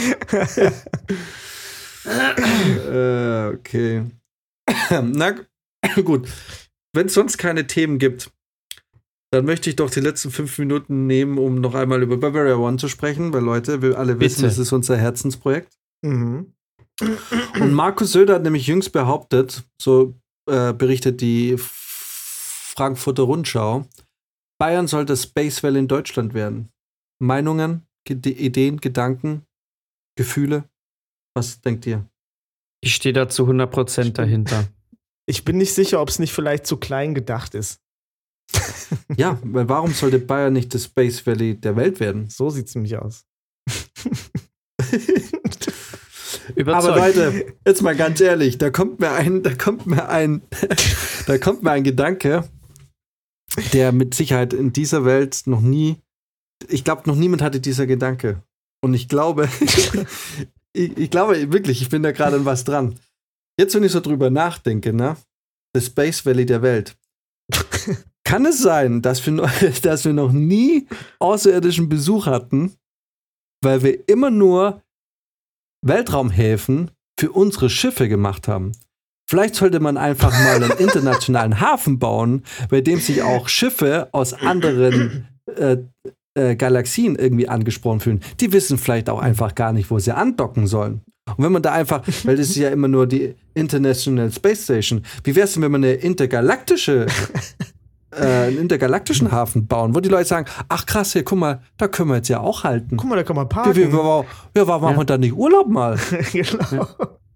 äh, okay. Na, Gut, wenn es sonst keine Themen gibt, dann möchte ich doch die letzten fünf Minuten nehmen, um noch einmal über Bavaria One zu sprechen, weil Leute, wir alle wissen, Bitte. es ist unser Herzensprojekt. Mhm. Und Markus Söder hat nämlich jüngst behauptet, so äh, berichtet die F- Frankfurter Rundschau, Bayern sollte Space Valley in Deutschland werden. Meinungen, Ge- Ideen, Gedanken, Gefühle? Was denkt ihr? Ich stehe da zu hundert Prozent dahinter. Ich bin nicht sicher, ob es nicht vielleicht zu klein gedacht ist. Ja, weil warum sollte Bayern nicht das Space Valley der Welt werden? So sieht es nämlich aus. Überzeugt. Aber Leute, jetzt mal ganz ehrlich, da kommt mir ein, da kommt mir ein, da kommt mir ein Gedanke, der mit Sicherheit in dieser Welt noch nie, ich glaube, noch niemand hatte dieser Gedanke. Und ich glaube, ich, ich glaube wirklich, ich bin da gerade an was dran. Jetzt, wenn ich so drüber nachdenke, ne, das Space Valley der Welt. Kann es sein, dass wir, noch, dass wir noch nie außerirdischen Besuch hatten, weil wir immer nur Weltraumhäfen für unsere Schiffe gemacht haben? Vielleicht sollte man einfach mal einen internationalen Hafen bauen, bei dem sich auch Schiffe aus anderen äh, äh, Galaxien irgendwie angesprochen fühlen. Die wissen vielleicht auch einfach gar nicht, wo sie andocken sollen. Und wenn man da einfach, weil das ist ja immer nur die International Space Station, wie wäre es denn, wenn man eine intergalaktische äh, einen intergalaktischen Hafen bauen, wo die Leute sagen, ach krass, hier, guck mal, da können wir jetzt ja auch halten. Guck mal, da kann man Ja, parken. wir, wir, ja, warum machen wir dann nicht Urlaub mal? Genau.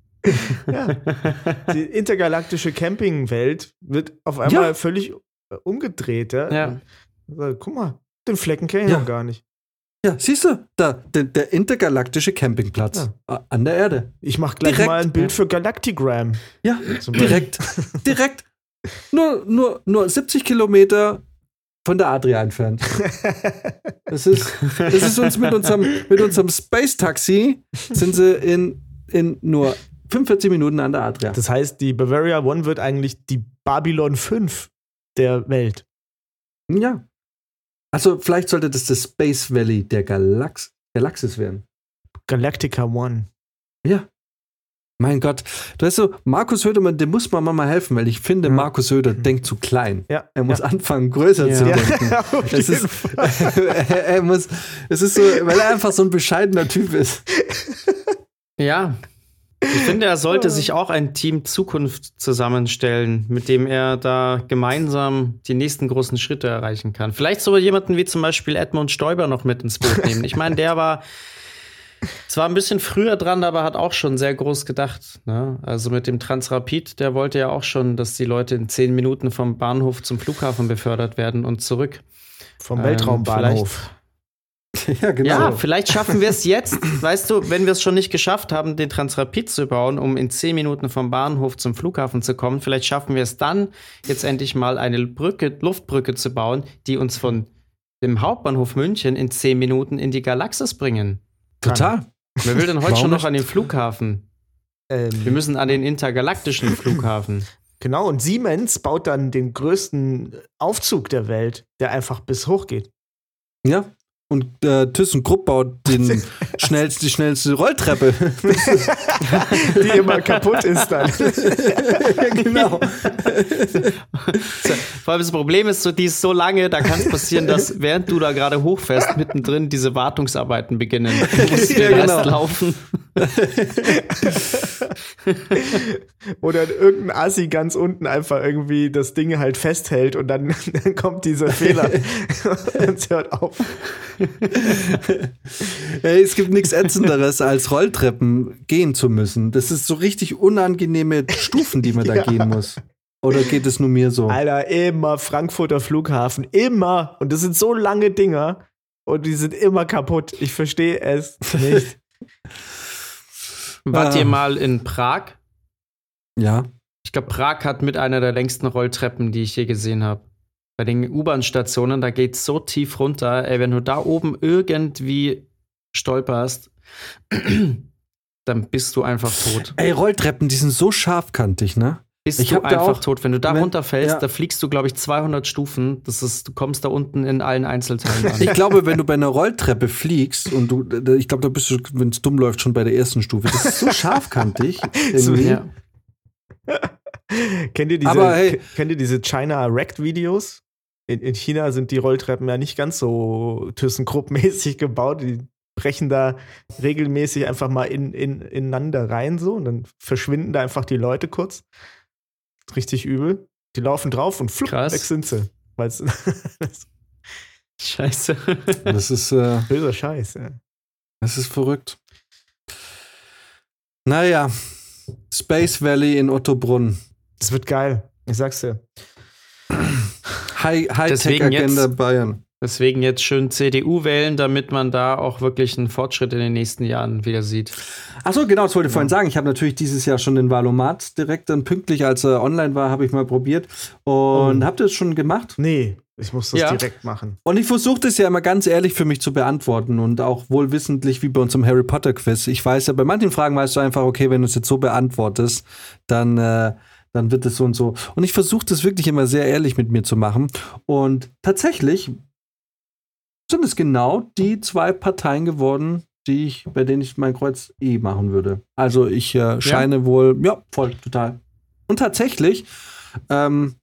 Ja. Die intergalaktische Campingwelt wird auf einmal Ja. völlig äh, umgedreht. Ja? Ja. Also, guck mal, den Flecken kenne ich Ja. noch gar nicht. Ja, siehst du, da, der, der intergalaktische Campingplatz äh, an der Erde. Ich mach gleich Direkt. mal ein Bild für Galactigram. Ja, Zum Beispiel. direkt, direkt. Nur, nur, nur siebzig Kilometer von der Adria entfernt. Das ist, das ist uns mit unserem, mit unserem Space-Taxi sind sie in, in nur fünfundvierzig Minuten an der Adria. Das heißt, die Bavaria One wird eigentlich die Babylon fünf der Welt. Ja. Also vielleicht sollte das das Space Valley der Galax Galaxis werden. Galactica One. Ja. Mein Gott. Du weißt so, Markus Söder, dem muss man mal helfen, weil ich finde, Ja. Markus Söder Mhm. denkt zu klein. Ja. Er muss ja. anfangen, größer Ja. zu Ja. denken. auf Es jeden ist, Fall. er, er muss, es ist so, weil er einfach so ein bescheidener Typ ist. Ja. Ich finde, er sollte sich auch ein Team Zukunft zusammenstellen, mit dem er da gemeinsam die nächsten großen Schritte erreichen kann. Vielleicht sogar jemanden wie zum Beispiel Edmund Stoiber noch mit ins Boot nehmen. Ich meine, der war zwar ein bisschen früher dran, aber hat auch schon sehr groß gedacht. Ne? Also mit dem Transrapid, der wollte ja auch schon, dass die Leute in zehn Minuten vom Bahnhof zum Flughafen befördert werden und zurück. Vom Ähm, Weltraumbahnhof. Ja, genau. Ja, vielleicht schaffen wir es jetzt, weißt du, wenn wir es schon nicht geschafft haben, den Transrapid zu bauen, um in zehn Minuten vom Bahnhof zum Flughafen zu kommen, vielleicht schaffen wir es dann, jetzt endlich mal eine Brücke, Luftbrücke zu bauen, die uns von dem Hauptbahnhof München in zehn Minuten in die Galaxis bringen. Total. Wer will denn heute Warum schon noch nicht? an den Flughafen? Ähm, Wir müssen an den intergalaktischen Flughafen. genau, und Siemens baut dann den größten Aufzug der Welt, der einfach bis hoch geht. Ja. Und äh, ThyssenKrupp baut den schnellste, die schnellste Rolltreppe. Die immer kaputt ist dann. Genau. Vor allem das Problem ist, so, die ist so lange, da kann es passieren, dass während du da gerade hochfährst, mittendrin diese Wartungsarbeiten beginnen. Du musst Ja, den Rest genau. laufen. Oder irgendein Assi ganz unten einfach irgendwie das Ding halt festhält und dann, dann kommt dieser Fehler und es hört auf. Hey, es gibt nichts Ätzenderes, als Rolltreppen gehen zu müssen. Das ist so richtig unangenehme Stufen, die man da Ja. gehen muss. Oder geht es nur mir so? Alter, immer Frankfurter Flughafen, immer. Und das sind so lange Dinger und die sind immer kaputt. Ich verstehe es nicht. Wart Ah. ihr mal in Prag? Ja. Ich glaube, Prag hat mit einer der längsten Rolltreppen, die ich je gesehen habe. Bei den U-Bahn-Stationen, da geht's so tief runter. Ey, wenn du da oben irgendwie stolperst, dann bist du einfach tot. Ey, Rolltreppen, die sind so scharfkantig, ne? Bist Ich du hab da einfach auch- tot. Wenn du da wenn- runterfällst, ja. da fliegst du, glaube ich, zweihundert Stufen. Das ist, du kommst da unten in allen Einzelteilen an. Ich glaube, wenn du bei einer Rolltreppe fliegst und du, ich glaube, da bist du, wenn es dumm läuft, schon bei der ersten Stufe. Das ist so scharfkantig. So, Irgendwie. ja. kennt, ihr diese, Aber hey. kennt ihr diese China Wrecked-Videos? In, in China sind die Rolltreppen ja nicht ganz so ThyssenKrupp-mäßig gebaut. Die brechen da regelmäßig einfach mal in, in, ineinander rein so und dann verschwinden da einfach die Leute kurz. Richtig übel. Die laufen drauf und flupp, weg sind sie. Weil's Scheiße. Das ist äh, böser Scheiß, ja. Das ist verrückt. Naja, Space Valley in Ottobrunn. Das wird geil. Ich sag's dir. High, Hightech-Agenda Bayern. Deswegen jetzt schön C D U wählen, damit man da auch wirklich einen Fortschritt in den nächsten Jahren wieder sieht. Achso, genau, das wollte ich vorhin sagen. Ich habe natürlich dieses Jahr schon den Wahlomat direkt dann pünktlich, als er online war, habe ich mal probiert. Und oh. habt ihr das schon gemacht? Nee, ich muss das ja. direkt machen. Und ich versuche das ja immer ganz ehrlich für mich zu beantworten und auch wohlwissentlich wie bei uns im Harry Potter Quiz. Ich weiß ja, bei manchen Fragen weißt du einfach, okay, wenn du es jetzt so beantwortest, dann äh, dann wird es so und so. Und ich versuche das wirklich immer sehr ehrlich mit mir zu machen. Und tatsächlich sind es genau die zwei Parteien geworden, die ich, bei denen ich mein Kreuz E machen würde. Also ich äh, scheine ja. wohl, ja, voll, total. Und tatsächlich ähm,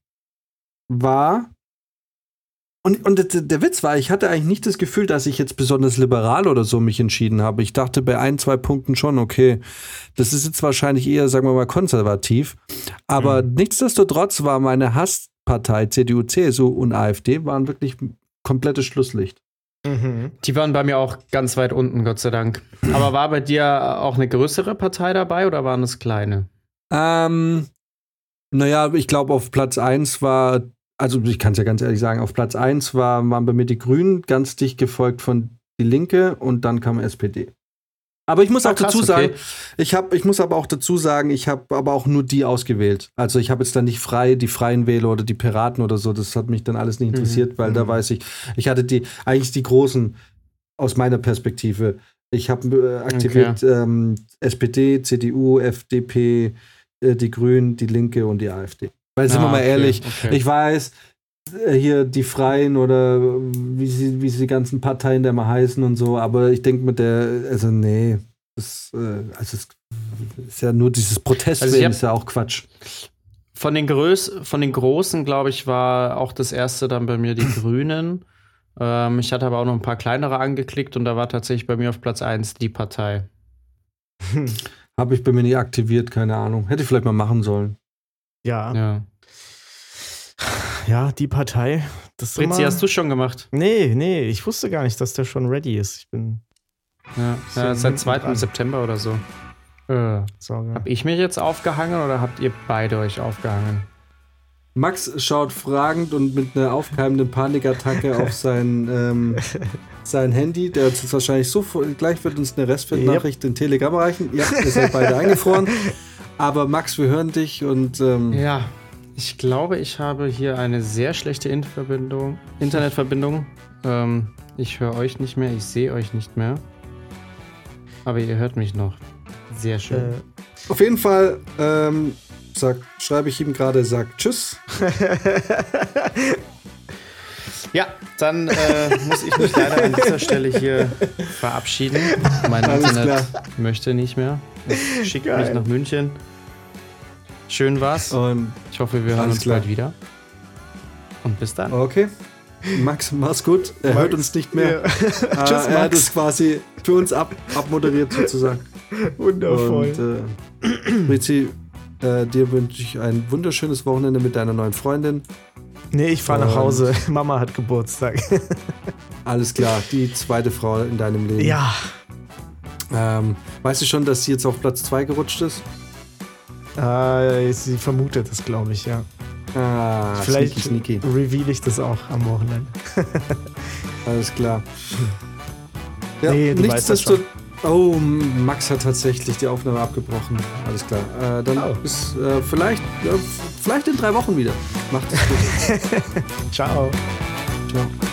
war Und, und der Witz war, ich hatte eigentlich nicht das Gefühl, dass ich jetzt besonders liberal oder so mich entschieden habe. Ich dachte bei ein, zwei Punkten schon, okay, das ist jetzt wahrscheinlich eher, sagen wir mal, konservativ. Aber mhm. nichtsdestotrotz war meine Hasspartei C D U, C S U und AfD waren wirklich komplettes Schlusslicht. Mhm. Die waren bei mir auch ganz weit unten, Gott sei Dank. Aber war bei dir auch eine größere Partei dabei oder waren es kleine? Ähm, naja, ich glaube auf Platz eins war Also ich kann es ja ganz ehrlich sagen, auf Platz eins war, waren bei mir die Grünen, ganz dicht gefolgt von die Linke und dann kam S P D. Aber ich muss auch ah, krass, dazu sagen, okay. ich, hab, ich muss aber auch dazu sagen, ich habe aber auch nur die ausgewählt. Also ich habe jetzt dann nicht frei die Freien Wähler oder die Piraten oder so, das hat mich dann alles nicht interessiert, mhm. weil mhm. da weiß ich, ich hatte die eigentlich die Großen aus meiner Perspektive. Ich habe äh, aktiviert okay. ähm, S P D, C D U, F D P, äh, die Grünen, die Linke und die AfD. Weil, sind ah, wir mal okay, ehrlich, okay. ich weiß, hier die Freien oder wie sie, wie sie die ganzen Parteien da mal heißen und so, aber ich denke mit der, also nee, das, äh, also es ist ja nur dieses Protestwählen, also ist ja auch Quatsch. Von den, Größ, von den Großen, glaube ich, war auch das erste dann bei mir die Grünen. ähm, ich hatte aber auch noch ein paar kleinere angeklickt und da war tatsächlich bei mir auf Platz eins die Partei. Habe ich bei mir nicht aktiviert, keine Ahnung. Hätte ich vielleicht mal machen sollen. Ja. Ja. Ja, die Partei. Das Fritzi, hast du schon gemacht? Nee, nee, ich wusste gar nicht, dass der schon ready ist. Ich bin. Ja, ja seit zweiten September oder so. Äh, Sorge. Hab ich mich jetzt aufgehangen oder habt ihr beide euch aufgehangen? Max schaut fragend und mit einer aufkeimenden Panikattacke auf sein, ähm, sein Handy. Der uns jetzt wahrscheinlich so. Gleich wird uns eine Restfit-Nachricht yep. in Telegram erreichen. Ja, ihr seid beide eingefroren. Aber Max, wir hören dich und ähm ja, ich glaube, ich habe hier eine sehr schlechte Internetverbindung. Internetverbindung. Ähm, ich höre euch nicht mehr, ich sehe euch nicht mehr. Aber ihr hört mich noch. Sehr schön. Äh. Auf jeden Fall ähm, sag, schreibe ich ihm gerade, sag Tschüss. Ja, dann äh, muss ich mich leider an dieser Stelle hier verabschieden. Mein Alles Internet klar. möchte nicht mehr. Es schickt Geil. mich nach München. Schön war's. Und ich hoffe, wir hören uns klar. bald wieder. Und bis dann. Okay. Max, mach's gut. Er Max, hört uns nicht mehr. Ja. Tschüss, Max. Er hat es quasi für uns ab, abmoderiert sozusagen. Wundervoll. Und äh, Fritzi, äh, dir wünsche ich ein wunderschönes Wochenende mit deiner neuen Freundin. Nee, ich fahre nach Hause. Mama hat Geburtstag. Alles klar, die zweite Frau in deinem Leben. Ja. Ähm, weißt du schon, dass sie jetzt auf Platz zwei gerutscht ist? Äh, sie vermutet es, glaube ich, ja. Ah, vielleicht sneaky, sneaky. reveal ich das auch am Wochenende. Alles klar. Ja, nee, nichtsdestotrotz. Oh, Max hat tatsächlich die Aufnahme abgebrochen. Alles klar. Äh, dann oh. bis äh, vielleicht, äh, vielleicht in drei Wochen wieder. Macht es gut. Ciao. Ciao.